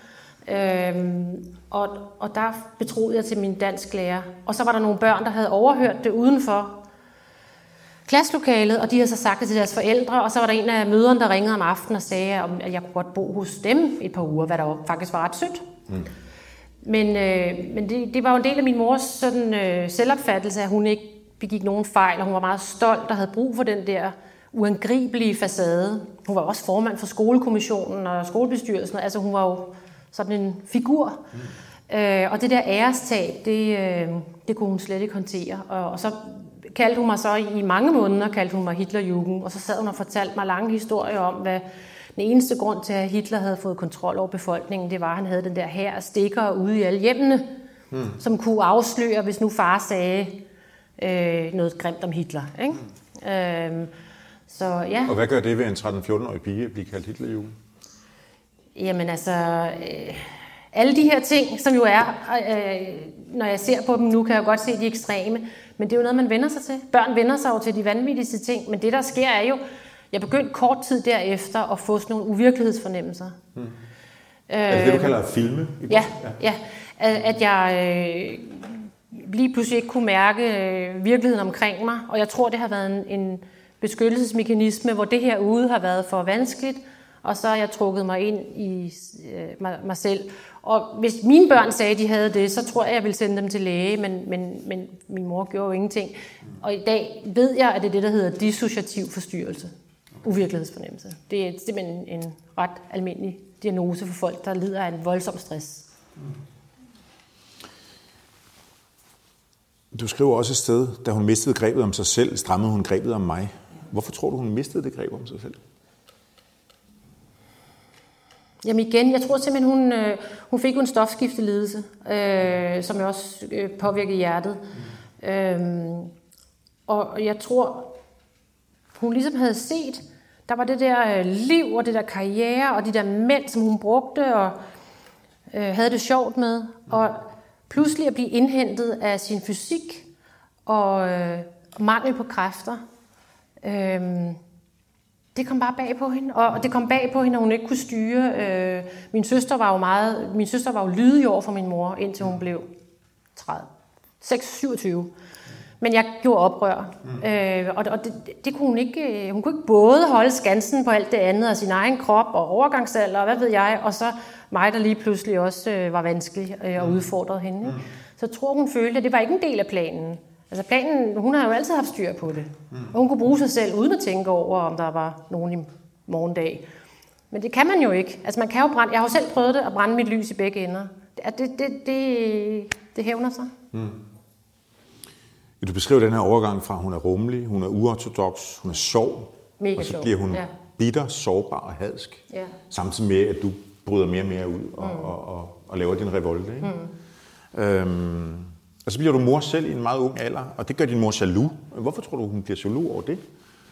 Øhm, og, og der betroede jeg til min dansklærer. Og så var der nogle børn, der havde overhørt det udenfor klasselokalet, og de havde så sagt det til deres forældre, og så var der en af møderne, der ringede om aftenen og sagde, at jeg kunne godt bo hos dem et par uger, hvad der faktisk var ret sødt. Mm. Men, øh, men det, det var jo en del af min mors sådan, øh, selvopfattelse, at hun ikke begik nogen fejl, og hun var meget stolt og havde brug for den der uangribelige facade. Hun var også formand for skolekommissionen og skolebestyrelsen, altså hun var jo sådan en figur. Mm. Øh, og det der ærestab, det, øh, det kunne hun slet ikke håndtere. Og, og så kaldte hun mig så i mange måneder, kaldte hun mig Hitlerjugend, og så sad hun og fortalte mig lange historier om, hvad den eneste grund til, at Hitler havde fået kontrol over befolkningen, det var, at han havde den der hær af stikkere ude i alle hjemmene, mm. som kunne afsløre, hvis nu far sagde øh, noget grimt om Hitler. Ikke? Mm. Øhm, så, ja. Og hvad gør det ved en tretten-fjorten-årig pige at blive kaldt Hitlerjugend? Jamen altså, øh, alle de her ting, som jo er, øh, når jeg ser på dem nu, kan jeg godt se de ekstreme, men det er jo noget, man vender sig til. Børn vender sig jo til de vanvittigste ting, men det, der sker, er jo, jeg begyndte kort tid derefter at få sådan nogle uvirkelighedsfornemmelser. Hmm. Øh, er det det, du kalder at filme? Ja, ja. At jeg øh, lige pludselig ikke kunne mærke øh, virkeligheden omkring mig, og jeg tror, det har været en, en beskyttelsesmekanisme, hvor det her ude har været for vanskeligt, og så har jeg trukket mig ind i øh, mig, mig selv. Og hvis mine børn sagde, at de havde det, så tror jeg, jeg ville sende dem til læge, men, men, men min mor gjorde jo ingenting. Og i dag ved jeg, at det er det, der hedder dissociativ forstyrrelse. Uvirkelighedsfornemmelse. Det er simpelthen en ret almindelig diagnose for folk, der lider af en voldsom stress. Du skriver også et sted, da hun mistede grebet om sig selv, strammede hun grebet om mig. Hvorfor tror du, hun mistede det greb om sig selv? Jamen igen, jeg tror simpelthen, hun, øh, hun fik jo en stofskiftelidelse, øh, som jo også øh, påvirkede hjertet. Mm. Øhm, og jeg tror, hun ligesom havde set, der var det der øh, liv og det der karriere og de der mænd, som hun brugte og øh, havde det sjovt med. Mm. Og pludselig at blive indhentet af sin fysik og øh, mangel på kræfter. Øh, Det kom bare bag på hende, og det kom bag på hende, at hun ikke kunne styre. Øh, min søster var jo meget, min søster var jo lydig over for min mor, indtil hun blev tredive, syvogtyve. Men jeg gjorde oprør, mm. øh, og, og det, det kunne hun ikke. Hun kunne ikke både holde skansen på alt det andet af sin egen krop og overgangsalder, og hvad ved jeg, og så mig, der lige pludselig også øh, var vanskelig øh, og udfordrede hende. Ikke? Så jeg tror, hun følte, at det var ikke en del af planen. Altså planen, hun har jo altid haft styr på det. Mm. Og hun kunne bruge sig selv, uden at tænke over, om der var nogen i morgendag. Men det kan man jo ikke. Altså man kan jo brænde, jeg har jo selv prøvet det, at brænde mit lys i begge ender. Det, det, det, det, det hævner sig. Mm. Du beskriver den her overgang fra, hun er rummelig, hun er uortodoks, hun er sjov, Mega og så sjov. bliver hun ja. bitter, sårbar og hadsk. Ja. Samtidig med, at du bryder mere og mere ud og, mm. og, og, og laver din revolte. Ikke? Mm. Øhm, Og så bliver du mor selv i en meget ung alder, og det gør din mor jaloux. Hvorfor tror du, hun bliver jaloux over det?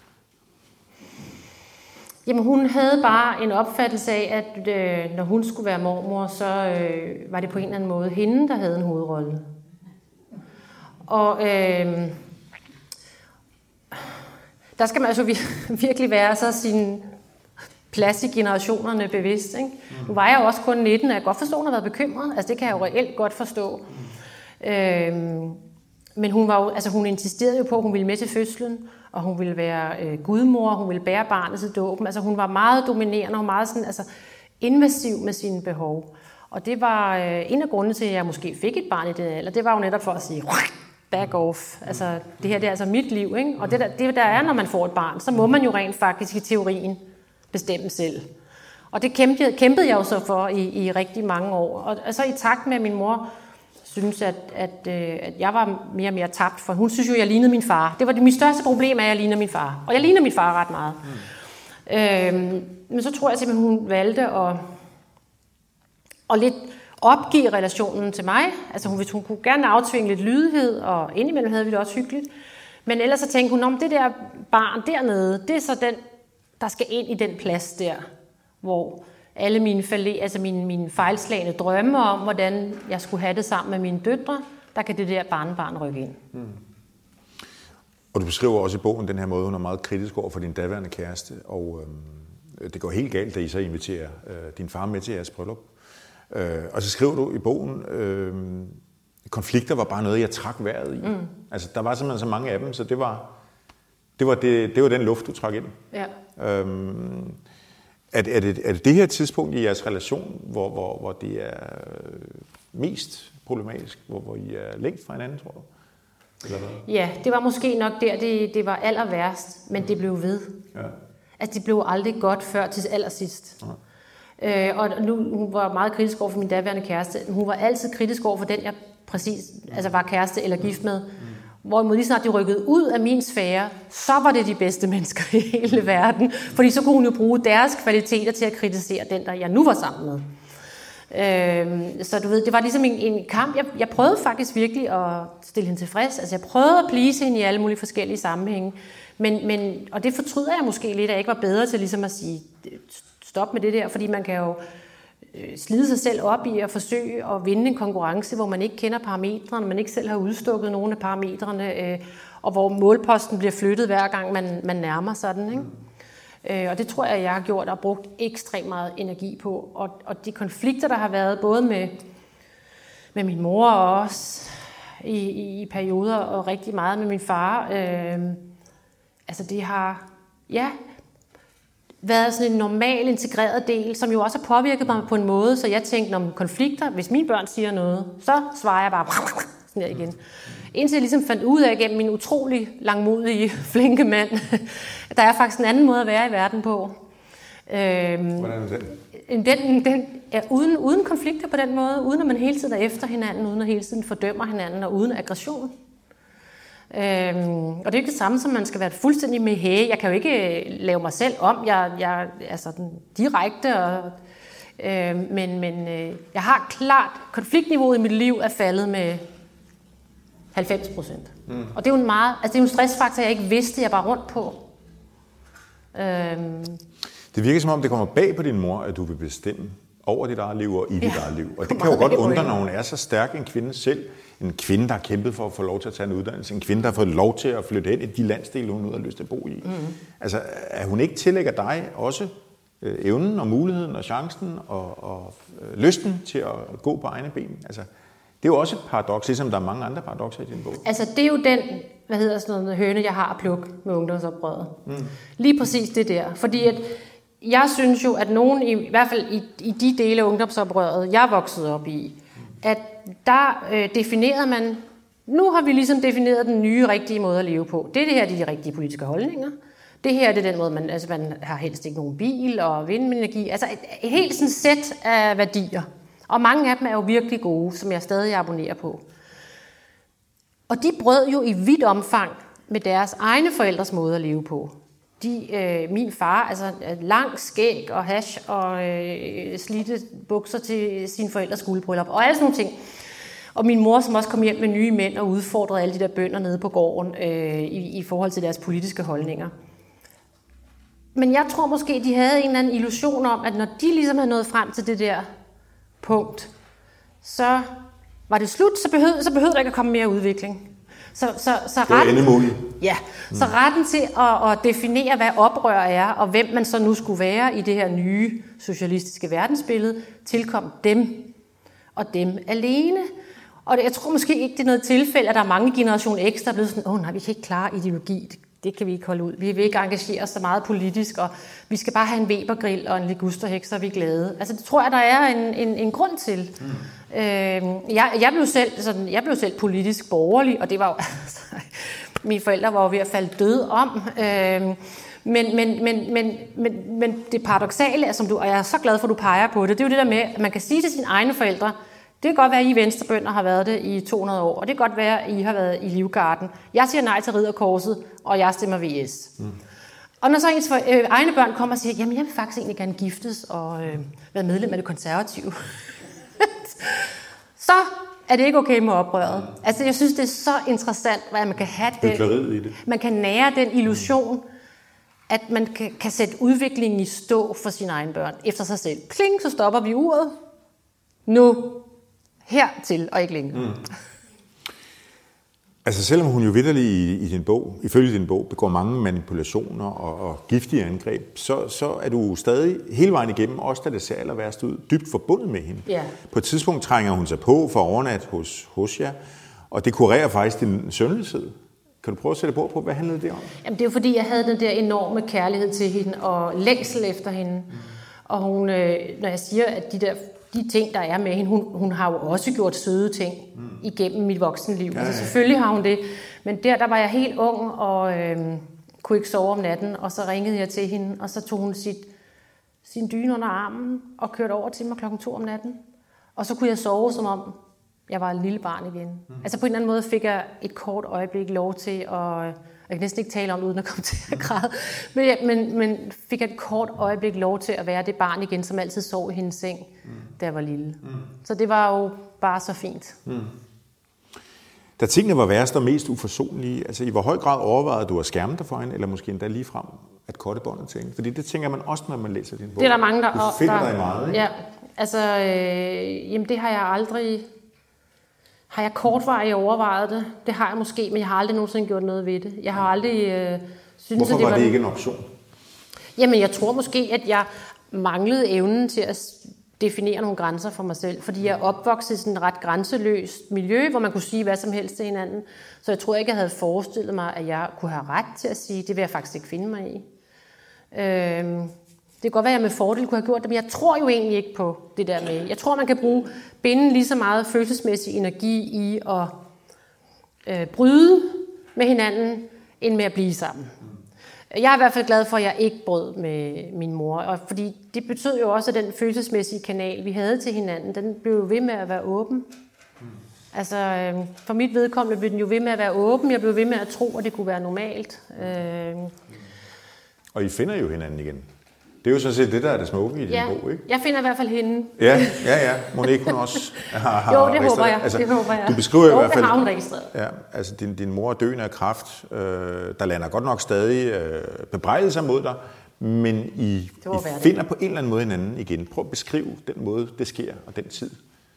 Jamen, hun havde bare en opfattelse af, at øh, når hun skulle være mormor, så øh, var det på en eller anden måde hende, der havde en hovedrolle. Og øh, der skal man altså virkelig være så sin plads i generationerne bevidst. Ikke? Mm. Nu var jeg jo også kun nitten, og jeg kan godt forstå, at hun har været bekymret. Altså, det kan jeg jo reelt godt forstå. Øhm, men hun var jo, altså hun insisterede jo på, at hun ville med til fødslen, og hun ville være øh, gudmor, hun ville bære barnet til dåben. Altså hun var meget dominerende og meget sådan, altså, invasiv med sine behov. Og det var øh, en af grundene til, at jeg måske fik et barn i den alder. Det var jo netop for at sige, back off. Altså det her det er altså mit liv, ikke? Og det der, det der er, når man får et barn, så må man jo rent faktisk i teorien bestemme selv. Og det kæmpede, kæmpede jeg jo så for i, i rigtig mange år. Og altså i takt med, at min mor synes, at, at, at jeg var mere og mere tabt, for hun synes jo, at jeg lignede min far. Det var det mit største problem, at jeg ligner min far. Og jeg ligner min far ret meget. Mm. Øhm, men så tror jeg simpelthen, hun valgte at, at lidt opgive relationen til mig. Altså hun, hun kunne gerne aftvinge lidt lydighed, og indimellem havde vi det også hyggeligt. Men ellers så tænkte hun, om det der barn dernede, det er så den, der skal ind i den plads der, hvor alle mine, altså mine, mine fejlslagende drømme om, hvordan jeg skulle have det sammen med mine døtre, der kan det der barnebarn rykke ind. Mm. Og du beskriver også i bogen den her måde, hun er meget kritisk over for din daværende kæreste, og øhm, det går helt galt, da I så inviterer øh, din far med til jeres bryllup. Øh, og så skriver du i bogen, øh, konflikter var bare noget, jeg trak vejret i. Mm. Altså, der var simpelthen så mange af dem, så det var, det var, det, det var den luft, du trak ind. Ja. Øhm, er, er, det, er det det her tidspunkt i jeres relation, hvor, hvor, hvor det er mest problematisk, hvor, hvor I er længst fra hinanden, tror du? Eller hvad? Ja, det var måske nok der, det, det var aller værst, men det blev ved. Ja. Altså, det blev aldrig godt før til allersidst. Ja. Øh, og nu, hun var meget kritisk over for min daværende kæreste. Hun var altid kritisk over for den, jeg præcis altså var kæreste eller gift med. Mm. Hvorimod lige snart de rykkede ud af min sfære, så var det de bedste mennesker i hele verden. Fordi så kunne hun jo bruge deres kvaliteter til at kritisere den, der jeg nu var sammen med. Øh, så du ved, det var ligesom en, en kamp. Jeg, jeg prøvede faktisk virkelig at stille hende tilfreds. Altså jeg prøvede at please hende i alle mulige forskellige sammenhænge. Men, men, og det fortryder jeg måske lidt, at jeg ikke var bedre til ligesom at sige, stop med det der. Fordi man kan jo slide sig selv op i at forsøge at vinde en konkurrence, hvor man ikke kender parametrene, man ikke selv har udstukket nogle af parametrene, og hvor målposten bliver flyttet hver gang man, man nærmer sig den, ikke? Og det tror jeg, jeg har gjort og brugt ekstremt meget energi på. Og, og de konflikter, der har været både med, med min mor og også i, i, i perioder, og rigtig meget med min far, øh, altså det har, ja, været sådan en normal, integreret del, som jo også har påvirket mig på en måde, så jeg tænkte, om konflikter, hvis mine børn siger noget, så svarer jeg bare sådan der igen. Indtil jeg ligesom fandt ud af, gennem min utrolig langmodige, flinke mand, der er faktisk en anden måde at være i verden på. Øhm, Hvordan er den? Den, den ja, uden, uden konflikter på den måde, uden at man hele tiden er efter hinanden, uden at hele tiden fordømmer hinanden, og uden aggression. Øhm, og det er ikke det samme, som man skal være fuldstændig med hæge. Jeg kan jo ikke lave mig selv om. Jeg, jeg er sådan direkte, og, øh, men, men øh, jeg har klart, konfliktniveauet i mit liv er faldet med halvfems procent. Mm. Og det er jo en meget, altså det er jo en stressfaktor, jeg ikke vidste, jeg var rundt på. Øhm. Det virker som om, det kommer bag på din mor, at du vil bestemme over dit eget liv og i dit ja, eget liv. Og det kan jo godt undre, når hun er så stærk en kvinde selv. En kvinde, der har kæmpet for at få lov til at tage en uddannelse. En kvinde, der har fået lov til at flytte ind i de landsdele, hun nu har lyst til at bo i. Mm. Altså, at hun ikke tillægger dig også øh, evnen og muligheden og chancen og, og øh, lysten til at gå på egne ben. Altså, det er jo også et paradoks, ligesom der er mange andre paradokser i din bog. Altså, det er jo den, hvad hedder sådan noget, høne, jeg har at plukke med ungdomsoprøret. Mm. Lige præcis det der. Fordi at jeg synes jo, at nogen, i, i hvert fald i, i de dele af ungdomsoprøret, jeg voksede op i, at der øh, definerede man, nu har vi ligesom defineret den nye, rigtige måde at leve på. Det er det her, det er de rigtige politiske holdninger. Det her det er den måde, man, altså man har helst ikke nogen bil og vindenergi. Altså et, et helt sådan sæt af værdier. Og mange af dem er jo virkelig gode, som jeg stadig abonnerer på. Og de brød jo i vidt omfang med deres egne forældres måde at leve på. De, øh, min far, altså lang skæg og hash og øh, slidte bukser til sine forældres guldbryllup og alle sådan nogle ting. Og min mor, som også kom hjem med nye mænd og udfordrede alle de der bønder nede på gården øh, i, i forhold til deres politiske holdninger. Men jeg tror måske, de havde en eller anden illusion om, at når de ligesom havde nået frem til det der punkt, så var det slut, så behøvede, så behøvede der ikke at komme mere udvikling. Så, så, så retten, ja, mm. så retten til at, at definere, hvad oprør er, og hvem man så nu skulle være i det her nye socialistiske verdensbillede, tilkom dem og dem alene. Og det, jeg tror måske ikke, det er noget tilfælde, at der er mange generationer X, der er blevet sådan, åh oh, nej, vi kan ikke klare ideologi, det, det kan vi ikke holde ud. Vi vil ikke engagere os så meget politisk, og vi skal bare have en Webergrill og en ligusterhæk, så er vi glade. Altså det tror jeg, der er en, en, en grund til. Mm. Øh, jeg, jeg, blev selv, sådan, jeg blev selv politisk borgerlig, og det var jo, altså, mine forældre var jo ved at falde døde om. Øh, men, men, men, men, men, men det paradoksale er, som du, og jeg er så glad for, at du peger på det, det er jo det der med, at man kan sige til sine egne forældre, det kan godt være, at I venstrebønder har været det i to hundrede år, og det kan godt være, at I har været i Livgarden. Jeg siger nej til Ridderkorset, og jeg stemmer V S. Mm. Og når så ens for, øh, egne børn kommer og siger, jamen jeg vil faktisk egentlig gerne giftes og øh, være medlem af det konservative, så er det ikke okay med oprøret. Altså jeg synes, det er så interessant, at man kan have den, i det. Man kan nære den illusion, at man kan, kan sætte udviklingen i stå for sine egne børn, efter sig selv. Pling, så stopper vi uret. Nu. Hertil og ikke længere. Mm. Altså selvom hun jo vitterligt i, i din bog, ifølge din bog, begår mange manipulationer og, og giftige angreb, så, så er du stadig hele vejen igennem, også da det ser aller værst ud, dybt forbundet med hende. Ja. På et tidspunkt trænger hun sig på for overnat hos, hos jer, og det kurerer faktisk din søvnløshed. Kan du prøve at sætte på, på, hvad handlede det om? Jamen, det er jo fordi, jeg havde den der enorme kærlighed til hende og længsel efter hende. Mm. Og hun, øh, når jeg siger, at de der de ting, der er med hende, hun, hun har jo også gjort søde ting mm. igennem mit voksenliv. Ja, ja. Altså selvfølgelig har hun det. Men der, der var jeg helt ung og øh, kunne ikke sove om natten. Og så ringede jeg til hende, og så tog hun sit, sin dyne under armen og kørte over til mig klokken to om natten. Og så kunne jeg sove, som om jeg var et lille barn igen. Mm. Altså på en eller anden måde fik jeg et kort øjeblik lov til at... Jeg kan næsten ikke tale om det, uden at komme til at græde. Men, men, men fik jeg et kort øjeblik lov til at være det barn igen, som altid sov i hendes seng, mm. da jeg var lille. Mm. Så det var jo bare så fint. Mm. Da tingene var værst og mest uforsonlige, altså i hvor høj grad overvejede du at skærme dig for hende, eller måske endda lige frem at korte båndet til hende? Fordi det tænker man også, når man læser din bog. Det er der mange, der... Du finder der, dig meget, ikke? Ja, altså, øh, jamen det har jeg aldrig... Har jeg kortvarigt overvejet det? Det har jeg måske, men jeg har aldrig nogensinde gjort noget ved det. Jeg har aldrig øh, synes, Hvorfor at det var var det ikke en option? Jamen, jeg tror måske, at jeg manglede evnen til at definere nogle grænser for mig selv, fordi jeg er opvokset i sådan et ret grænseløst miljø, hvor man kunne sige hvad som helst til hinanden. Så jeg tror ikke, jeg havde forestillet mig, at jeg kunne have ret til at sige, det vil jeg faktisk ikke finde mig i. Øhm, det kan godt være, at jeg med fordel kunne have gjort det, men jeg tror jo egentlig ikke på det der med. Jeg tror, man kan bruge binde lige så meget følelsesmæssig energi i at øh, bryde med hinanden, end med at blive sammen. Jeg er i hvert fald glad for, at jeg ikke brød med min mor, og fordi det betød jo også, at den følelsesmæssige kanal, vi havde til hinanden, den blev jo ved med at være åben. Altså, øh, for mit vedkommende blev den jo ved med at være åben. Jeg blev ved med at tro, at det kunne være normalt. Øh. Og I finder jo hinanden igen. Det er jo sådan set det, der er det smukke i din ja, bog, ikke? Jeg finder i hvert fald hende. Ja, ja, ja. Monique, hun også har, har Jo, det håber jeg. Altså, det håber jeg. Du beskriver jo, i hvert fald... det har hun registreret. Ja, altså din, din mor er døende af kræft. Øh, der lander godt nok stadig øh, bebrejdelser mod dig, men I, I finder på en eller anden måde hinanden igen. Prøv at beskrive den måde, det sker, og den tid.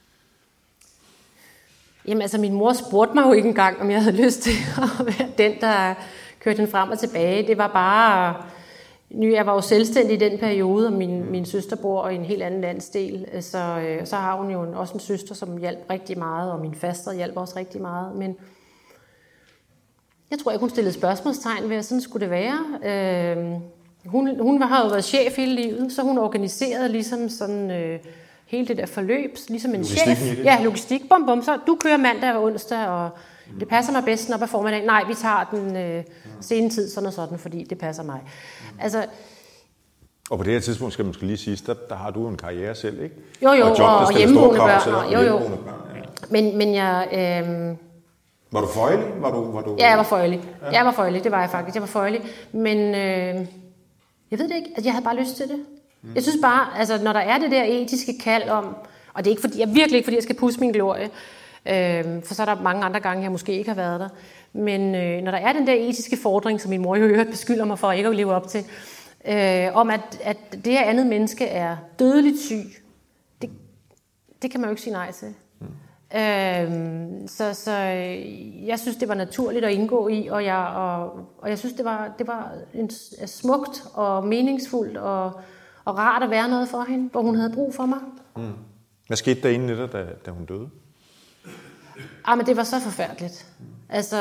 Jamen altså, min mor spurgte mig jo ikke engang, om jeg havde lyst til at være den, der kørte den frem og tilbage. Det var bare... Jeg var jo selvstændig i den periode, og min, min søster bor i en helt anden landsdel, så, øh, så har hun jo også en søster, som hjalp rigtig meget, og min faster hjalp også rigtig meget. Men jeg tror, jeg kunne stille spørgsmålstegn ved, at sådan skulle det være. Øh, hun, hun har jo været chef hele livet, så hun organiserede ligesom sådan... Øh, hele det der forløb, ligesom en chef. Ja, logistik. Bum, bum. Så du kører mandag og onsdag, og det passer mig bedst op ad formiddagen. Nej, vi tager den øh, sene tid, sådan og sådan, fordi det passer mig. Altså, og på det her tidspunkt skal man måske lige sige, der, der har du en karriere selv, ikke? Jo, jo, og, job, og hjemmeboende børn. Selv, og, jo, jo. Børn, ja. Men, men jeg... Øh, var du føjelig? Var du, var du... Ja, jeg var føjelig. Ja. Jeg var føjelig, det var jeg faktisk. Jeg var føjelig. Men øh, jeg ved det ikke. Altså, jeg havde bare lyst til det. Jeg synes bare, altså når der er det der etiske kald om, og det er ikke fordi, jeg virkelig ikke fordi, jeg skal pusse min glorie, øh, for så er der mange andre gange, jeg måske ikke har været der, men øh, når der er den der etiske fordring, som min mor jo hørt beskylder mig for ikke at leve op til, øh, om at, at det her andet menneske er dødeligt syg, det, det kan man jo ikke sige nej til. Mm. Øh, så, så jeg synes, det var naturligt at indgå i, og jeg, og, og jeg synes, det var, det var en, smukt og meningsfuldt og Og rart at være noget for hende, hvor hun havde brug for mig. Mm. Hvad skete der inden netop, da, da hun døde? Ah, men det var så forfærdeligt. Altså,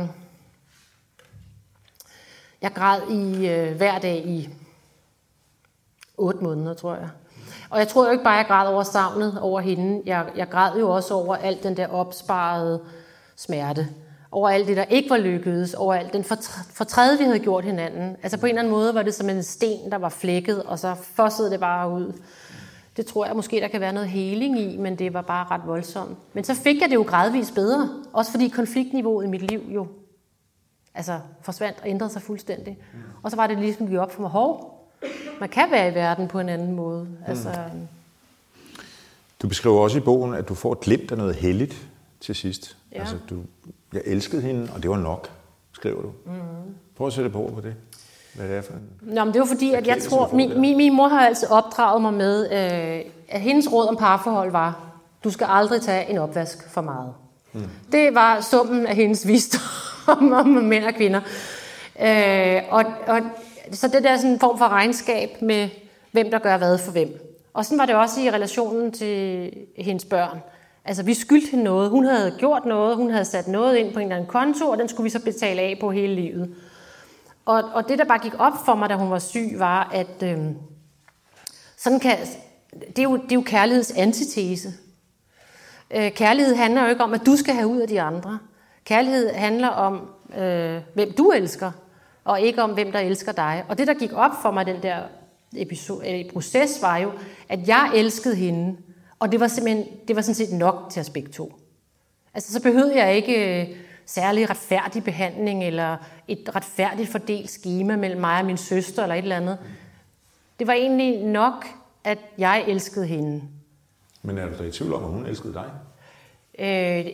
jeg græd i øh, hver dag i otte måneder, tror jeg. Og jeg tror jo ikke bare, jeg græd over savnet over hende. Jeg, jeg græd jo også over alt den der opsparede smerte. Over alt det, der ikke var lykkedes, over alt den fortræd, vi havde gjort hinanden. Altså på en eller anden måde var det som en sten, der var flækket, og så fossede det bare ud. Det tror jeg måske, der kan være noget heling i, men det var bare ret voldsomt. Men så fik jeg det jo gradvist bedre, også fordi konfliktniveauet i mit liv jo altså forsvandt og ændrede sig fuldstændig. Og så var det ligesom gik op for mig, hov, man kan være i verden på en anden måde. Altså, mm. Du beskriver også i bogen, at du får et glimt af noget helligt til sidst. Ja. Altså, du, jeg elskede hende, og det var nok, skriver du. Mm. Prøv at sætte på på det. Hvad det er for en... Nå, men det var fordi, at jeg tror, min, min, min mor har altid opdraget mig med, øh, at hendes råd om parforhold var, du skal aldrig tage en opvask for meget. Mm. Det var summen af hendes visdom om mænd og kvinder. Øh, og, og, så det der sådan en form for regnskab med, hvem der gør hvad for hvem. Og sådan var det også i relationen til hendes børn. Altså, vi skyldte hende noget. Hun havde gjort noget. Hun havde sat noget ind på en eller anden konto, og den skulle vi så betale af på hele livet. Og, og det, der bare gik op for mig, da hun var syg, var, at øh, sådan kan, det, er jo, det er jo kærligheds antitese. Øh, kærlighed handler jo ikke om, at du skal have ud af de andre. Kærlighed handler om, øh, hvem du elsker, og ikke om, hvem der elsker dig. Og det, der gik op for mig, den der episode, øh, proces, var jo, at jeg elskede hende, og det var simpelthen, det var sådan set nok til os begge to. Altså, så behøvede jeg ikke øh, særlig retfærdig behandling, eller et retfærdigt fordelt skema mellem mig og min søster, eller et eller andet. Det var egentlig nok, at jeg elskede hende. Men er du da i tvivl om, at hun elskede dig? Øh,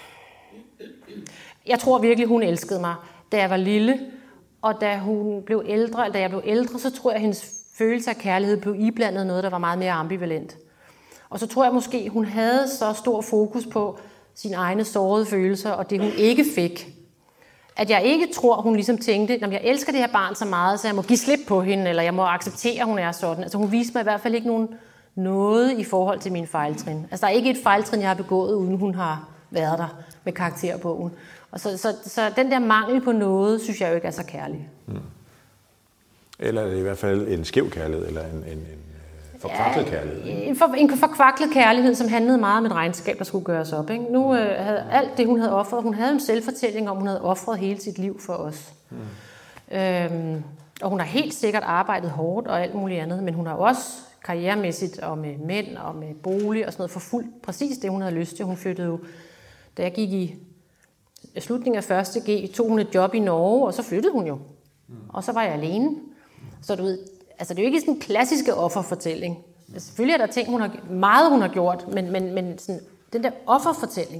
jeg tror virkelig, hun elskede mig, da jeg var lille, og da hun blev ældre, eller da jeg blev ældre, så tror jeg, at hendes følelse af kærlighed blev iblandet noget, der var meget mere ambivalent. Og så tror jeg måske, hun havde så stor fokus på sine egne sårede følelser, og det hun ikke fik. At jeg ikke tror, hun ligesom tænkte, at jeg elsker det her barn så meget, så jeg må give slip på hende, eller jeg må acceptere, at hun er sådan. Altså hun viste mig i hvert fald ikke nogen noget i forhold til mine fejltrin. Altså der er ikke et fejltrin, jeg har begået, uden hun har været der med karakterbogen. Og så, så, så den der mangel på noget, synes jeg jo ikke er så kærlig. Hmm. Eller er det i hvert fald en skæv kærlighed, eller en, en, en forkvaklet ja, kærlighed? En, for, en forkvaklet kærlighed, som handlede meget om et regnskab, der skulle gøres op. Ikke? Nu øh, havde alt det, hun havde offret, hun havde en selvfortælling om, hun havde offret hele sit liv for os. Hmm. Øhm, og hun har helt sikkert arbejdet hårdt og alt muligt andet, men hun har også karrieremæssigt og med mænd og med bolig og sådan noget forfulgt præcis det, hun havde lyst til. Hun flyttede jo, da jeg gik i slutningen af første G, tog hun et job i Norge, og så flyttede hun jo. Mm. Og så var jeg alene. Så du ved, altså det er jo ikke sådan en klassiske offerfortælling. Altså, selvfølgelig er der ting, hun har, meget hun har gjort, men, men, men sådan, den der offerfortælling.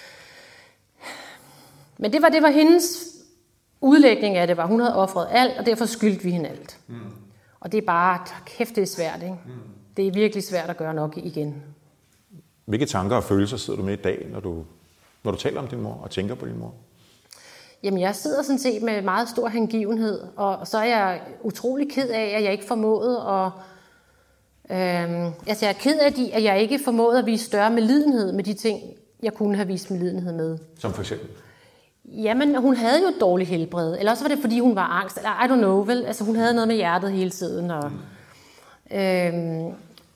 Men det var, det var hendes udlægning af det, var, hun havde offret alt, og derfor skyldte vi hende alt. Mm. Og det er bare, kæft, det er svært, ikke? Mm. Det er virkelig svært at gøre nok igen. Hvilke tanker og følelser sidder du med i dag, når du, når du taler om din mor og tænker på din mor? Jamen, jeg sidder sådan set med meget stor hengivenhed, og så er jeg utrolig ked af, at jeg ikke formåede at... Øhm, altså, jeg er ked af, at jeg ikke formåede at vise større medlidenhed med de ting, jeg kunne have vist medlidenhed med. Som for eksempel? Jamen, hun havde jo et dårligt helbred. Eller også var det, fordi hun var angst. Eller I don't know, vel? Altså, hun havde noget med hjertet hele tiden. Og, mm. øhm,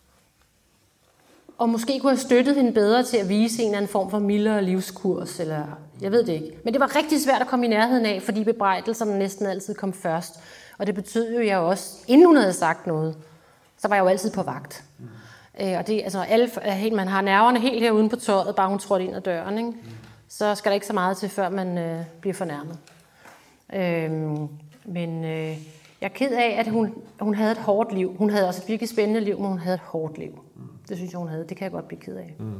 og måske kunne have støttet hende bedre til at vise en eller anden form for mildere livskurs. Eller, jeg ved det ikke. Men det var rigtig svært at komme i nærheden af, fordi bebrejdelserne næsten altid kom først. Og det betød jo, at jeg også, inden hun havde sagt noget, så var jeg jo altid på vagt. Mm. Øh, og det, altså, alle, man har nerverne helt her uden på tøjet, bare hun trådte ind ad døren, ikke? Mm. Så skal der ikke så meget til, før man øh, bliver fornærmet. Øhm, men øh, jeg er ked af, at hun, hun havde et hårdt liv. Hun havde også et virkelig spændende liv, men hun havde et hårdt liv. Mm. Det synes jeg, hun havde. Det kan jeg godt blive ked af. Mm.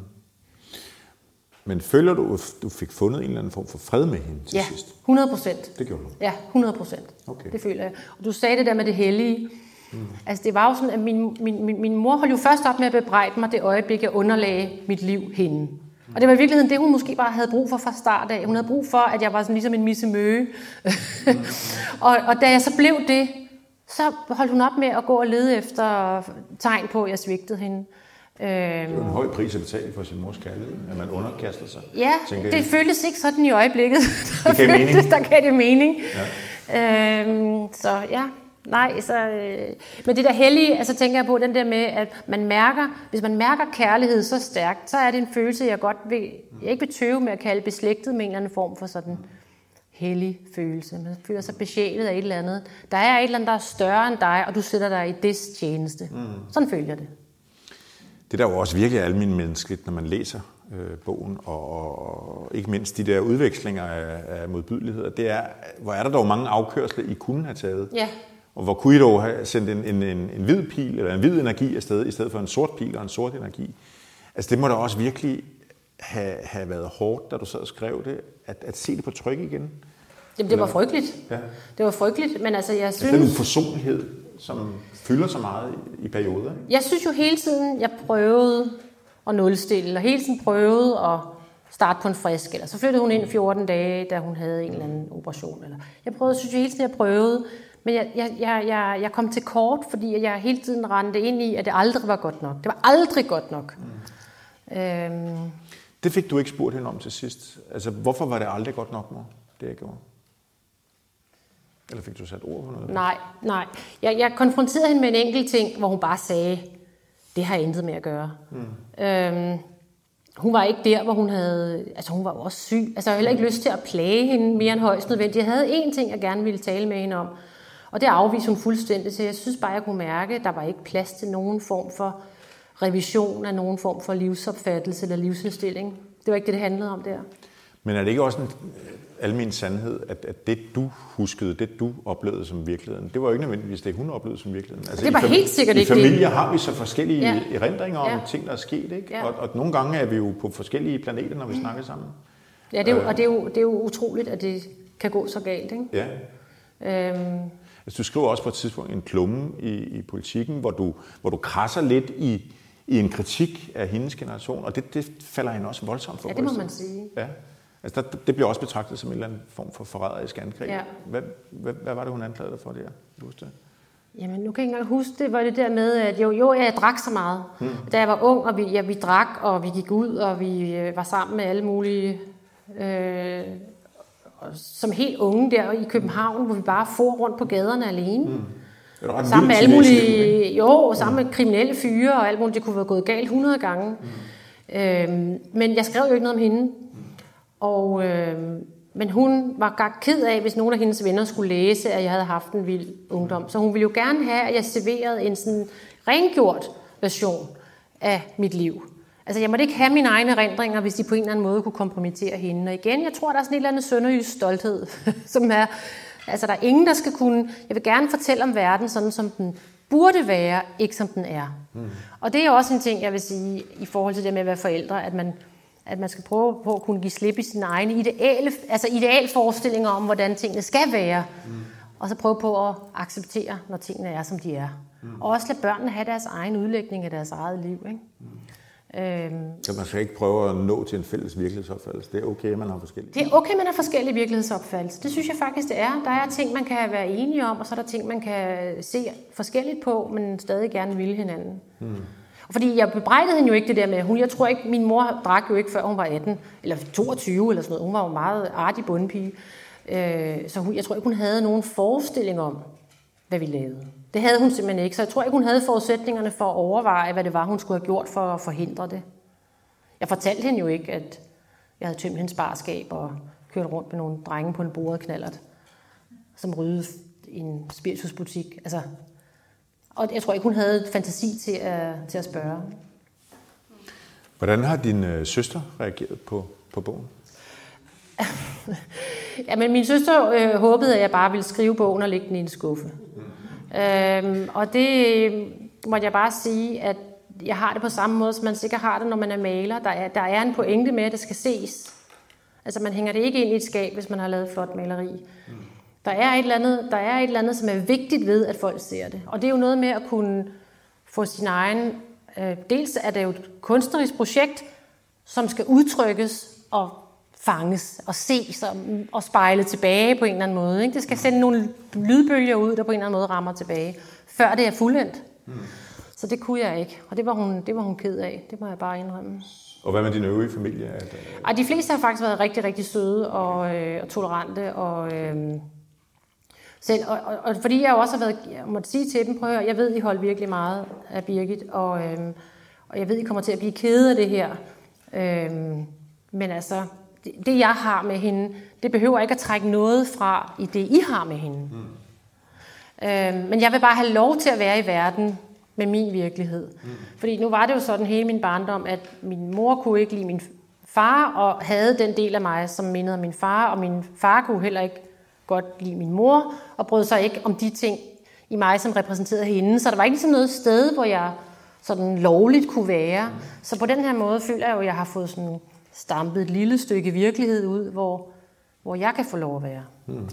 Men føler du, at du fik fundet en eller anden form for fred med hende til ja, sidst? Ja, hundrede procent. Det gjorde du? Ja, hundrede procent. Okay. Det føler jeg. Og du sagde det der med det hellige. Mm. Altså, det var jo sådan, at min, min, min, min mor holdt jo først op med at bebrejde mig det øjeblik, jeg underlagde mit liv hende. Og det var i virkeligheden det, hun måske bare havde brug for fra start af. Hun havde brug for, at jeg var sådan ligesom en missemøge. og, og da jeg så blev det, så holdt hun op med at gå og lede efter tegn på, at jeg svigtede hende. Det er en høj pris at betale for sin mors kærlighed, at man underkaster sig. Ja, det jeg. føltes ikke sådan i øjeblikket. Det gav mening. Der gav det mening. Ja. Øhm, så ja. Nej, så, øh, men det der hellige, altså tænker jeg på den der med, at man mærker, hvis man mærker kærlighed så stærkt, så er det en følelse, jeg godt vil, jeg ikke vil tøve med at kalde beslægtet med en eller anden form for sådan hellig følelse. Man føler sig besjælet af et eller andet. Der er et eller andet, der er større end dig, og du sætter dig i dets tjeneste. Mm. Sådan føler jeg det. Det der er jo også virkelig almenmenneskeligt, når man læser øh, bogen, og, og ikke mindst de der udvekslinger af, af modbydeligheder, det er, hvor er der dog mange afkørsler, I kunne have taget. Ja. Og hvor kunne I dog have sendt en, en, en, en hvid pil, eller en hvid energi afsted, i stedet for en sort pil og en sort energi. Altså det må da også virkelig have, have været hårdt, da du sad og skrev det, at, at se det på tryk igen. Jamen det var frygteligt. Ja. Det var frygteligt, men altså jeg synes... Altså, det er en forsonlighed, som fylder så meget i, i perioder. Ikke? Jeg synes jo hele tiden, jeg prøvede at nulstille, og hele tiden prøvede at starte på en frisk, eller så flyttede hun ind fjorten dage, da hun havde en eller anden operation. Eller. Jeg prøvede, synes jeg hele tiden, jeg prøvede, men jeg, jeg, jeg, jeg, jeg kom til kort, fordi jeg hele tiden rendte ind i, at det aldrig var godt nok. Det var aldrig godt nok. Mm. Øhm. Det fik du ikke spurgt hende om til sidst. Altså, hvorfor var det aldrig godt nok, mor, det jeg gjorde? Eller fik du sat ord på noget? Nej, nej. Jeg, jeg konfronterede hende med en enkelt ting, hvor hun bare sagde, det har jeg intet med at gøre. Mm. Øhm, hun var ikke der, hvor hun havde... Altså, hun var også syg. Altså, jeg havde heller ikke lyst til at plage hende mere end højst nødvendigt. Jeg havde én ting, jeg gerne ville tale med hende om, og det afviste hun fuldstændig, så jeg synes bare, jeg kunne mærke, at der var ikke plads til nogen form for revision af nogen form for livsopfattelse eller livsindstilling. Det var ikke det, det handlede om der. Men er det ikke også en almen sandhed, at, at det du huskede, det du oplevede som virkeligheden, det var jo ikke nødvendigvis det, hun oplevede som virkeligheden? Altså, det var helt sikkert ikke det. I det. familier har vi så forskellige ja. erindringer om ja. ting, der er sket, ikke? Ja. Og, og nogle gange er vi jo på forskellige planeter, når vi mm. snakker sammen. Ja, det er jo, og det er, jo, det er jo utroligt, at det kan gå så galt, ikke? Ja. Øhm. Altså, du skriver også på et tidspunkt en klumme i, i Politikken, hvor du, hvor du krasser lidt i, i en kritik af hendes generation, og det, det falder hende også voldsomt for. Ja, det må man sige. Ja. Altså, der, det bliver også betragtet som en eller anden form for forræderisk angreb. Ja. Hvad, hvad, hvad var det, hun anklagede dig for der? Det? Jamen, nu kan jeg ikke engang huske det. Var det der med, at jo, jo jeg drak så meget. Hmm. Da jeg var ung, og vi, ja, vi drak, og vi gik ud, og vi øh, var sammen med alle mulige... Øh, som helt unge der i København, hvor vi bare for rundt på gaderne alene. Hmm. Sammen med alle mulige... Jo, sammen med kriminelle fyre, og alt muligt. Det kunne være gået galt hundrede gange. Hmm. Øhm, men jeg skrev jo ikke noget om hende. Og, øh, men hun var ked af, hvis nogen af hendes venner skulle læse, at jeg havde haft en vild ungdom. Så hun ville jo gerne have, at jeg serverede en sådan rengjort version af mit liv. Altså, jeg måtte ikke have mine egne erindringer, hvis de på en eller anden måde kunne kompromittere hende. Og igen, jeg tror, der er sådan et eller andet sønderjysk stolthed, som er... Altså, der er ingen, der skal kunne... Jeg vil gerne fortælle om verden, sådan som den burde være, ikke som den er. Mm. Og det er også en ting, jeg vil sige, i forhold til det med at være forældre, at man... at man skal prøve på at kunne give slip i sine egne ideale, altså idealforestillinger om, hvordan tingene skal være, mm. og så prøve på at acceptere, når tingene er, som de er. Mm. Og også lade børnene have deres egen udlægning af deres eget liv. Ikke? Mm. Øhm, så man skal ikke prøve at nå til en fælles virkelighedsopfattelse. Det er okay, man har forskellige. Det er okay, man har forskellige virkelighedsopfattelser. Det synes jeg faktisk, det er. Der er ting, man kan være enige om, og så er der ting, man kan se forskelligt på, men stadig gerne vil hinanden. Mm. Fordi jeg bebrejdede hende jo ikke det der med, hun, jeg tror ikke, min mor drak jo ikke før hun var atten, eller toogtyve eller sådan noget. Hun var jo meget artig bundpige. Øh, så hun, jeg tror ikke, hun havde nogen forestilling om, hvad vi lavede. Det havde hun simpelthen ikke, så jeg tror ikke, hun havde forudsætningerne for at overveje, hvad det var, hun skulle have gjort for at forhindre det. Jeg fortalte hende jo ikke, at jeg havde tømt hendes barskab og kørt rundt med nogle drenge på en bordet knallert, som ryddede i en spiritusbutik. Altså... Og jeg tror ikke, hun havde fantasi til at, til at spørge. Hvordan har din øh, søster reageret på, på bogen? Ja, men min søster øh, håbede, at jeg bare ville skrive bogen og lægge den i en skuffe. Mm. Øhm, og det måtte jeg bare sige, at jeg har det på samme måde, som man sikkert har det, når man er maler. Der er, der er en pointe med, at det skal ses. Altså, man hænger det ikke ind i et skab, hvis man har lavet flot maleri. Mm. Der er, et eller andet, der er et eller andet, som er vigtigt ved, at folk ser det. Og det er jo noget med at kunne få sin egen... Øh, dels er det jo et kunstnerisk projekt, som skal udtrykkes og fanges og ses og, og spejle tilbage på en eller anden måde. Ikke? Det skal sende nogle lydbølger ud, der på en eller anden måde rammer tilbage, før det er fuldendt. Mm. Så det kunne jeg ikke, og det var, hun, det var hun ked af. Det må jeg bare indrømme. Og hvad med din øvrige familie? Ej, de fleste har faktisk været rigtig, rigtig søde og, øh, og tolerante og... Øh, Selv, og, og, og fordi jeg jo også har været, jeg måtte sige til dem, prøv at høre, jeg ved, I holder virkelig meget af Birgit, og, øhm, og jeg ved, I kommer til at blive kede af det her. Øhm, men altså, det, det jeg har med hende, det behøver ikke at trække noget fra i det, I har med hende. Mm. Øhm, men jeg vil bare have lov til at være i verden med min virkelighed. Mm. Fordi nu var det jo sådan hele min barndom, at min mor kunne ikke lide min far, og havde den del af mig, som mindede om min far, og min far kunne heller ikke godt lide min mor, og brød sig ikke om de ting i mig, som repræsenterede hende. Så der var ikke sådan noget sted, hvor jeg sådan lovligt kunne være. Mm. Så på den her måde føler jeg jo, at jeg har fået sådan stampet et lille stykke virkelighed ud, hvor, hvor jeg kan få lov at være. Mm.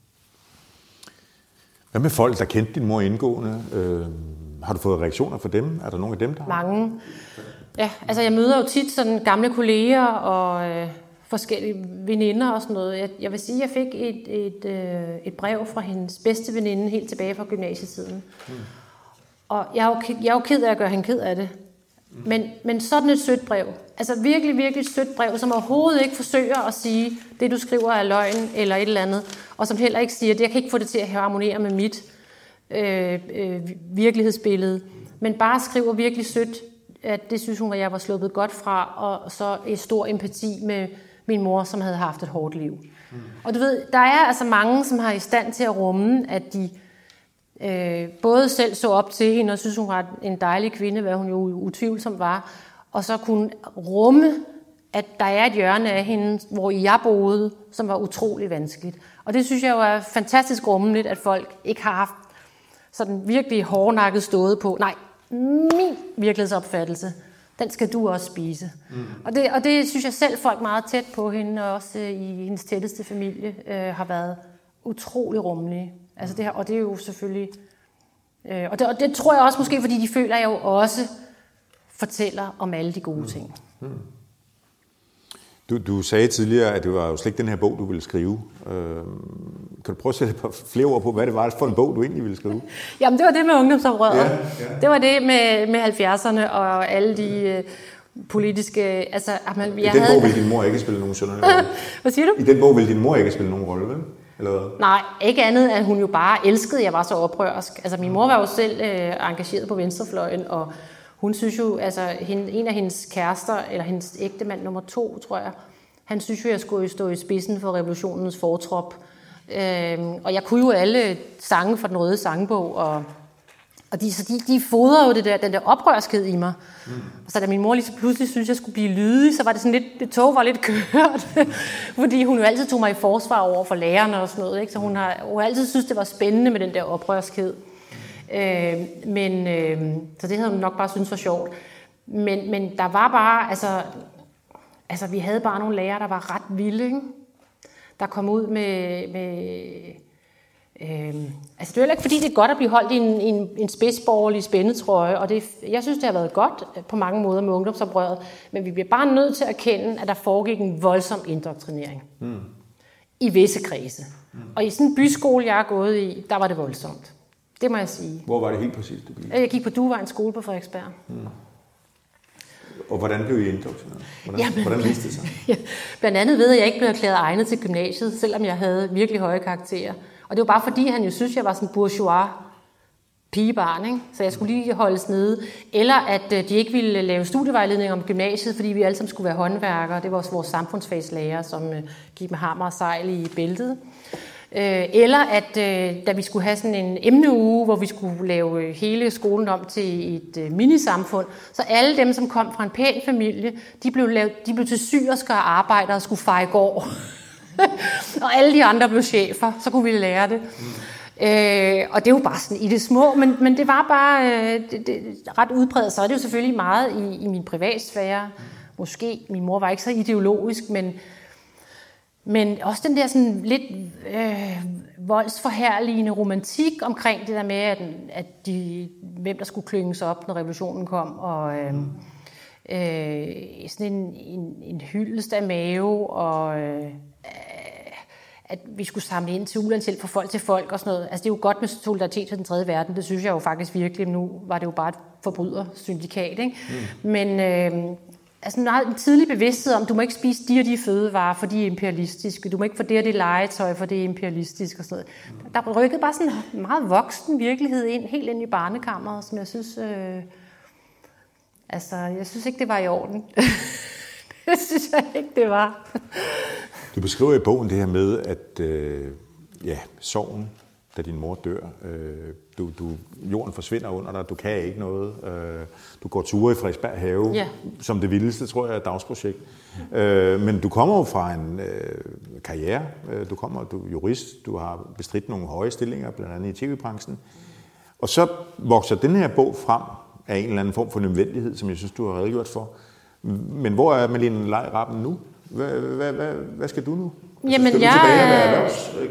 Hvad med folk, der kendte din mor indgående? Øh, har du fået reaktioner fra dem? Er der nogen af dem, der har? Mange. Ja, altså jeg møder jo tit sådan gamle kolleger og øh, forskellige veninder og sådan noget. Jeg, jeg vil sige, at jeg fik et, et, øh, et brev fra hendes bedste veninde helt tilbage fra gymnasietiden. Mm. Og jeg er, jo, jeg er jo ked af at gøre hende ked af det. Mm. Men, men sådan et sødt brev, altså virkelig, virkelig et sødt brev, som overhovedet ikke forsøger at sige, det du skriver er løgn eller et eller andet, og som heller ikke siger, at jeg kan ikke få det til at harmonere med mit øh, øh, virkelighedsbillede, men bare skriver virkelig sødt, at det synes hun, at jeg var sluppet godt fra, og så en stor empati med min mor, som havde haft et hårdt liv. Mm. Og du ved, der er altså mange, som har i stand til at rumme, at de øh, både selv så op til hende, og synes, hun var en dejlig kvinde, hvad hun jo utvivlsomt var, og så kunne rumme, at der er et hjørne af hende, hvor jeg boede, som var utrolig vanskeligt. Og det synes jeg jo er fantastisk rummeligt, at folk ikke har haft sådan virkelig hårdnakket stået på, nej, min virkelighedsopfattelse, den skal du også spise. Mm. Og, det, og det synes jeg selv folk meget tæt på hende, og også i hendes tætteste familie, øh, har været utrolig rummelige. Altså det her, og det er jo selvfølgelig... Øh, og, det, og det tror jeg også måske, fordi de føler, at jeg jo også fortæller om alle de gode mm. ting. Mm. Du, du sagde tidligere, at det var jo slet ikke den her bog, du ville skrive. Øh, kan du prøve at sætte flere ord på, hvad det var for en bog, du egentlig ville skrive? Jamen, det var det med ungdomsoprøret. Ja, ja. Det var det med, med halvfjerdserne og alle de uh, politiske... Altså, man, I den havde... bog ville din mor ikke spille nogen sønderlig rolle. Hvad siger du? I den bog ville din mor ikke spille nogen rolle, vel? Eller hvad? Nej, ikke andet, at hun jo bare elskede, at jeg var så oprørsk. Altså, min mor var jo selv uh, engageret på venstrefløjen, og hun synes jo, altså hende, en af hendes kærester, eller hendes ægtemand nummer to, tror jeg, han synes jo, jeg skulle stå i spidsen for revolutionens fortrop. Øhm, og jeg kunne jo alle sange fra den røde sangbog, og, og de, så de, de fodrer jo det der, den der oprørskhed i mig. Mm. Og så da min mor lige så pludselig synes jeg skulle blive lydig, så var det sådan lidt, det tog var lidt kørt, fordi hun jo altid tog mig i forsvar over for lærerne og sådan noget, ikke? Så hun har hun har altid synes det var spændende med den der oprørskhed. Øh, men, øh, så det havde hun nok bare syntes var sjovt. Men, men der var bare, altså, altså vi havde bare nogle lærere, der var ret vilde, ikke? Der kom ud med, med øh, altså det er heller ikke fordi, det er godt at blive holdt i en, en, en spidsborgerlig spændetrøje, og det, jeg synes, det har været godt på mange måder med ungdomsoprøret, men vi bliver bare nødt til at erkende, at der foregik en voldsom indoktrinering mm. i visse kredse. Mm. Og i sådan en byskole, jeg er gået i, der var det voldsomt. Det må jeg sige. Hvor var det helt præcis, du gik? Jeg gik på Duevejens skole på Frederiksberg. Hmm. Og hvordan blev I indoktrineret? Hvordan, Jamen, hvordan viste det sig? Ja, blandt andet ved, at jeg ikke blev erklæret egnet til gymnasiet, selvom jeg havde virkelig høje karakterer. Og det var bare fordi, han jo synes, jeg var sådan en bourgeois pigebarn, ikke? Så jeg skulle lige holdes nede. Eller at de ikke ville lave studievejledning om gymnasiet, fordi vi alle sammen skulle være håndværkere. Det var også vores samfundsfagslærer, som gik med hammer og sejl i bæltet. Eller at da vi skulle have sådan en emneuge, hvor vi skulle lave hele skolen om til et minisamfund, så alle dem, som kom fra en pæn familie, de blev, lavet, de blev til syersker og arbejdere og skulle feje gård. Og alle de andre blev chefer, så kunne vi lære det. Mm. Øh, og det var bare sådan i det små, men, men det var bare øh, det, det, ret udbredt. Så er det jo selvfølgelig meget i, i min privatsfære. Måske, min mor var ikke så ideologisk, men Men også den der sådan lidt øh, voldsforherligende romantik omkring det der med, at, at de, hvem der skulle klynges op, når revolutionen kom. Og øh, øh, sådan en, en, en hyldest af mave, og øh, at vi skulle samle ind til ulandshjælp fra folk til folk og sådan noget. Altså det er jo godt med solidaritet til den tredje verden, det synes jeg jo faktisk virkelig. Nu var det jo bare et forbrydersyndikat, ikke? Mm. Men... Øh, Altså en tidlig bevidsthed om, du må ikke spise de og de fødevarer, for de er imperialistiske. Du må ikke få det og det legetøj, for det er imperialistisk og sådan noget. Der rykkede bare sådan en meget voksen virkelighed ind, helt ind i barnekammeret, som jeg synes... Øh, altså, jeg synes ikke, det var i orden. Det synes jeg ikke, det var. Du beskriver i bogen det her med, at øh, ja, sorgen, da din mor dør, øh, du, du, jorden forsvinder under dig, du kan ikke noget. Øh, du går ture i Frederiksberg Have, ja. Som det vildeste, tror jeg, dagsprojekt. Øh, men du kommer jo fra en øh, karriere. Du kommer, du er jurist, du har bestridt nogle høje stillinger, blandt andet i tv-branchen. Og så vokser den her bog frem af en eller anden form for nødvendighed, som jeg synes, du har redegjort for. Men hvor er Malene Lei Raben nu? Hvad, hvad, hvad, hvad skal du nu? Jamen, skal du jeg... tilbage og være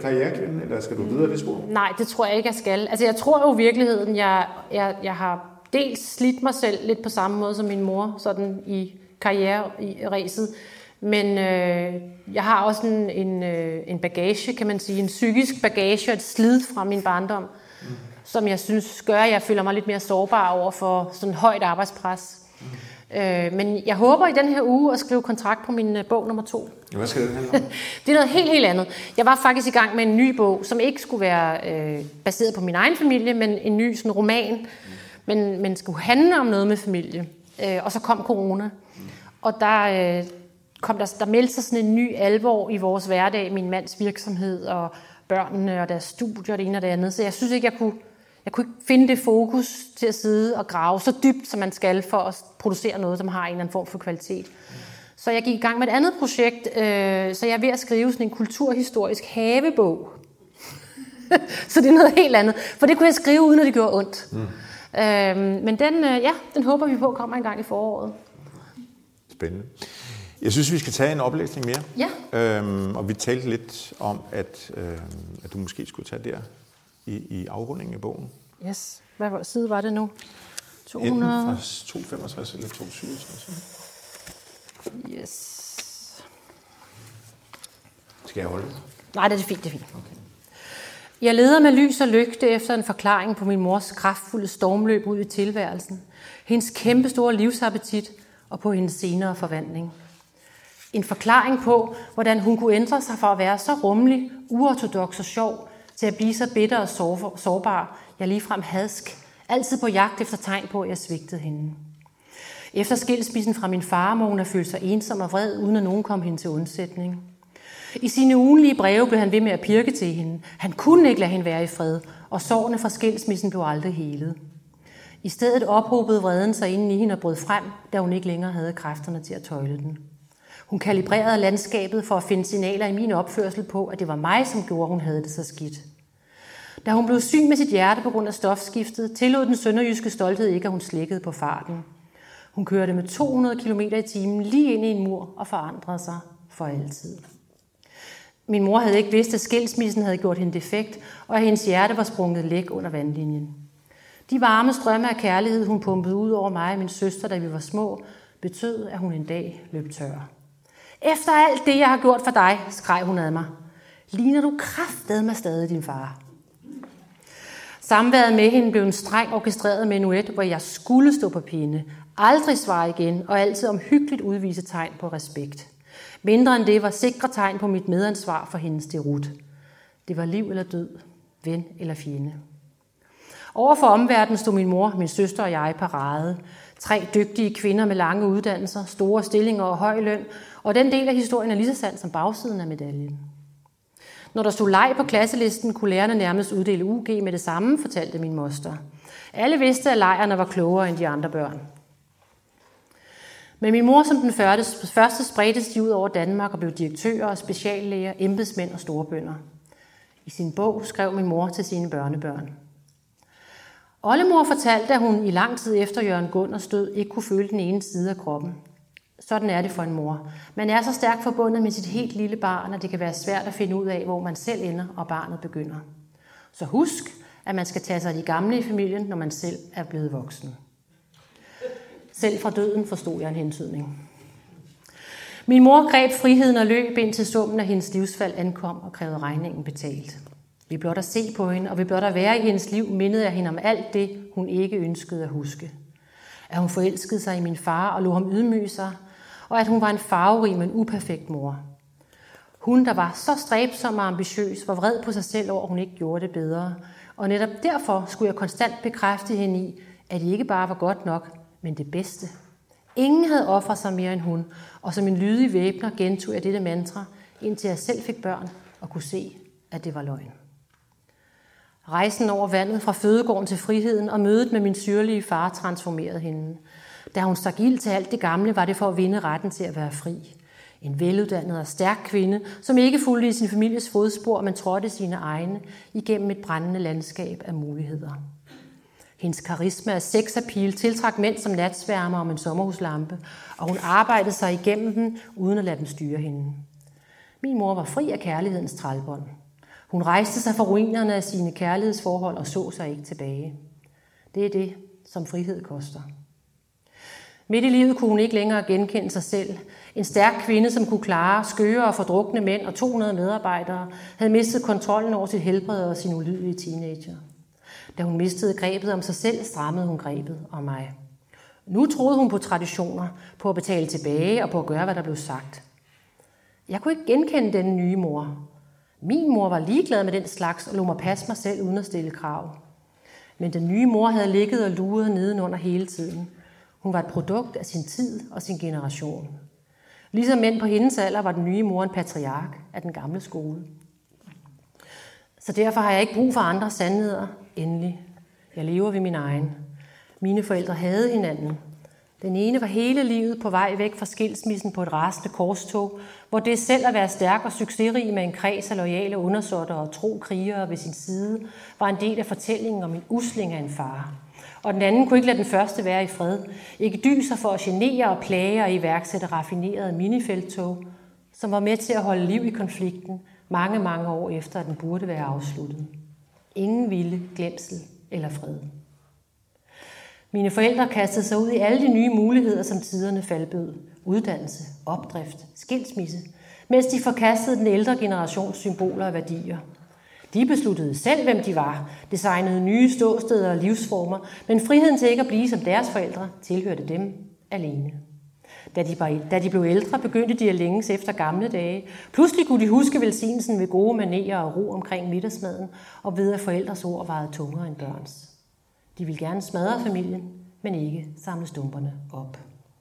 erhvervskarrierekvinde, eller skal du videre det spor? Nej, det tror jeg ikke, jeg skal. Altså, jeg tror jo i virkeligheden, jeg, jeg, jeg har dels slidt mig selv lidt på samme måde som min mor, sådan i karriereræset. Men øh, jeg har også en, en, en bagage, kan man sige, en psykisk bagage og et slid fra min barndom, mm. som jeg synes gør, at jeg føler mig lidt mere sårbar over for sådan højt arbejdspres. Mm. Øh, men jeg håber i den her uge at skrive kontrakt på min bog nummer to. Hvad skal det handle om? Det er noget helt, helt andet. Jeg var faktisk i gang med en ny bog, som ikke skulle være øh, baseret på min egen familie, men en ny sådan, roman, mm. men, men skulle handle om noget med familie. Øh, og så kom corona, mm. og der... Øh, kom der, der meldte sig sådan en ny alvor i vores hverdag, min mands virksomhed og børnene og deres studier og det ene og det andet. Så jeg synes ikke, jeg kunne, jeg kunne ikke finde det fokus til at sidde og grave så dybt, som man skal for at producere noget, som har en eller anden form for kvalitet. Så jeg gik i gang med et andet projekt, øh, så jeg er ved at skrive sådan en kulturhistorisk havebog. Så det er noget helt andet. For det kunne jeg skrive, uden at det gjorde ondt. Mm. Øh, men den, øh, ja, den håber vi på kommer en gang i foråret. Spændende. Jeg synes, vi skal tage en oplæsning mere. Ja. Øhm, og vi talte lidt om, at, øhm, at du måske skulle tage der i, i afrundingen af bogen. Yes. Hvad side var det nu? to hundrede Enten fra to hundrede femogtres eller to hundrede syvogtres. Yes. Skal jeg holde? Nej, det er fint, det er fint. Okay. Jeg leder med lys og lygte efter en forklaring på min mors kraftfulde stormløb ud i tilværelsen, hendes kæmpestore livsappetit og på hendes senere forvandling. En forklaring på, hvordan hun kunne ændre sig fra at være så rummelig, uortodoks og sjov, til at blive så bitter og sårbar, jeg ligefrem hadsk, altid på jagt efter tegn på, at jeg svigtede hende. Efter skilsmissen fra min far må hun have følt sig ensom og vred, uden at nogen kom hende til undsætning. I sine ugenlige breve blev han ved med at pirke til hende. Han kunne ikke lade hende være i fred, og sårene fra skilsmissen blev aldrig helet. I stedet ophobede vreden sig inden i hende og brød frem, da hun ikke længere havde kræfterne til at tøjle den. Hun kalibrerede landskabet for at finde signaler i min opførsel på, at det var mig, som gjorde, at hun havde det så skidt. Da hun blev syg med sit hjerte på grund af stofskiftet, tillod den sønderjyske stolthed ikke, at hun slækkede på farten. Hun kørte med to hundrede kilometer i timen lige ind i en mur og forandrede sig for altid. Min mor havde ikke vidst, at skilsmissen havde gjort hende defekt, og at hendes hjerte var sprunget læk under vandlinjen. De varme strømme af kærlighed, hun pumpede ud over mig og min søster, da vi var små, betød, at hun en dag løb tør. Efter alt det, jeg har gjort for dig, skreg hun ad mig. Ligner du kraftedeme stadig din far? Samværet med hende blev en streng orkestreret menuet, hvor jeg skulle stå på pinde, aldrig svare igen og altid omhyggeligt udvise tegn på respekt. Mindre end det var sikre tegn på mit medansvar for hendes derut. Det var liv eller død, ven eller fjende. Over for omverdenen stod min mor, min søster og jeg parade. Tre dygtige kvinder med lange uddannelser, store stillinger og høj løn, og den del af historien er lige så sand som bagsiden af medaljen. Når der stod leg på klasselisten, kunne lærerne nærmest uddele U G med det samme, fortalte min moster. Alle vidste, at lejerne var klogere end de andre børn. Men min mor som den første spredtes de ud over Danmark og blev direktører og speciallæger, embedsmænd og storbønder. I sin bog skrev min mor til sine børnebørn. Oldemor fortalte, at hun i lang tid efter Jørgen Gunders død ikke kunne føle den ene side af kroppen. Sådan er det for en mor. Man er så stærkt forbundet med sit helt lille barn, at det kan være svært at finde ud af, hvor man selv ender og barnet begynder. Så husk, at man skal tage sig af de gamle i familien, når man selv er blevet voksen. Selv fra døden forstod jeg en hentydning. Min mor greb friheden og løb ind til summen af hendes livsfald ankom og krævede regningen betalt. Vi blot at se på hende, og vi blot at være i hendes liv, mindede jeg hende om alt det, hun ikke ønskede at huske. At hun forelskede sig i min far og lod ham ydmyge sig, og at hun var en farverig, men uperfekt mor. Hun, der var så stræbsom og ambitiøs, var vred på sig selv over, at hun ikke gjorde det bedre. Og netop derfor skulle jeg konstant bekræfte hende i, at det ikke bare var godt nok, men det bedste. Ingen havde offret sig mere end hun, og som en lydig væbner gentog jeg dette mantra, indtil jeg selv fik børn og kunne se, at det var løgn. Rejsen over vandet fra fødegården til friheden og mødet med min syrlige far transformerede hende. Da hun stak ild til alt det gamle, var det for at vinde retten til at være fri. En veluddannet og stærk kvinde, som ikke fulgte i sin families fodspor, men trådte sine egne igennem et brændende landskab af muligheder. Hendes karisma og sexappeal tiltrak mænd som natsværmer om en sommerhuslampe, og hun arbejdede sig igennem dem, uden at lade dem styre hende. Min mor var fri af kærlighedens trælbånd. Hun rejste sig fra ruinerne af sine kærlighedsforhold og så sig ikke tilbage. Det er det, som frihed koster. Midt i livet kunne hun ikke længere genkende sig selv. En stærk kvinde, som kunne klare skøre og fordrukne mænd og to hundrede medarbejdere, havde mistet kontrollen over sit helbred og sin ulydige teenager. Da hun mistede grebet om sig selv, strammede hun grebet om mig. Nu troede hun på traditioner, på at betale tilbage og på at gøre, hvad der blev sagt. Jeg kunne ikke genkende den nye mor. Min mor var ligeglad med den slags og lod mig passe mig selv uden at stille krav. Men den nye mor havde ligget og luret nedenunder hele tiden. Hun var et produkt af sin tid og sin generation. Ligesom mænd på hendes alder var den nye mor en patriark af den gamle skole. Så derfor har jeg ikke brug for andre sandheder. Endelig. Jeg lever ved min egen. Mine forældre havde hinanden. Den ene var hele livet på vej væk fra skilsmissen på et rasende korstog, hvor det selv at være stærk og succesrig med en kreds af loyale undersåtter og tro krigere ved sin side, var en del af fortællingen om en usling af en far. Og den anden kunne ikke lade den første være i fred. Ikke dyser for at genere og plage og iværksætte raffinerede minifelttog, som var med til at holde liv i konflikten mange, mange år efter, at den burde være afsluttet. Ingen vilde, glemsel eller fred. Mine forældre kastede sig ud i alle de nye muligheder, som tiderne faldbød. Uddannelse, opdrift, skilsmisse, mens de forkastede den ældre generations symboler og værdier. De besluttede selv, hvem de var, designede nye ståsteder og livsformer, men friheden til ikke at blive som deres forældre tilhørte dem alene. Da de, var, da de blev ældre, begyndte de at længes efter gamle dage. Pludselig kunne de huske velsignelsen ved gode manerer og ro omkring middagsmaden, og ved at forældres ord vejede tungere end børns. De ville gerne smadre familien, men ikke samle stumperne op.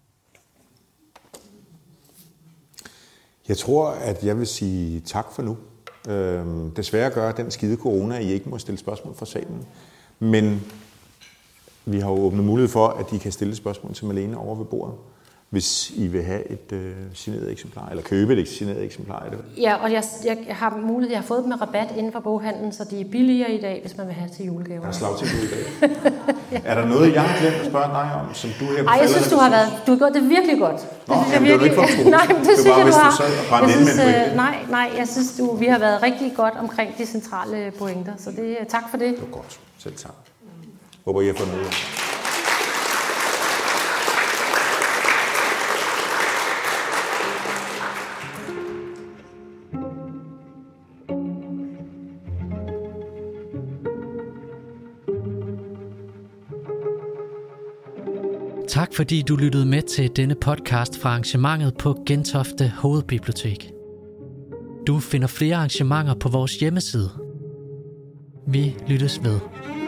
Jeg tror, at jeg vil sige tak for nu. Øhm, desværre gør den skide corona, at I ikke må stille spørgsmål fra salen. Men vi har jo åbnet mulighed for, at I kan stille spørgsmål til Malene over ved bordet, hvis I vil have et øh, signeret eksemplar, eller købe et signeret eksemplar af det. Ja, og jeg, jeg har mulighed, jeg har fået dem med rabat inden for boghandlen, så de er billigere i dag, hvis man vil have til julegaver. Der er slagtilbud i dag. Ja. Er der noget, jeg har glemt at spørge dig om, som du her... Ej, jeg synes, du har været... Du har gjort det virkelig godt. Det Nå, synes jamen, jeg virkelig... det var ikke for nej, det, det synes bare, jeg, du har. Du jeg synes, øh, nej, nej, jeg synes, du, vi har været rigtig godt omkring de centrale pointer, så det, tak for det. Det var godt. Selv tak. Håber, I har fået noget. Tak fordi du lyttede med til denne podcast fra arrangementet på Gentofte Hovedbibliotek. Du finder flere arrangementer på vores hjemmeside. Vi lyttes ved.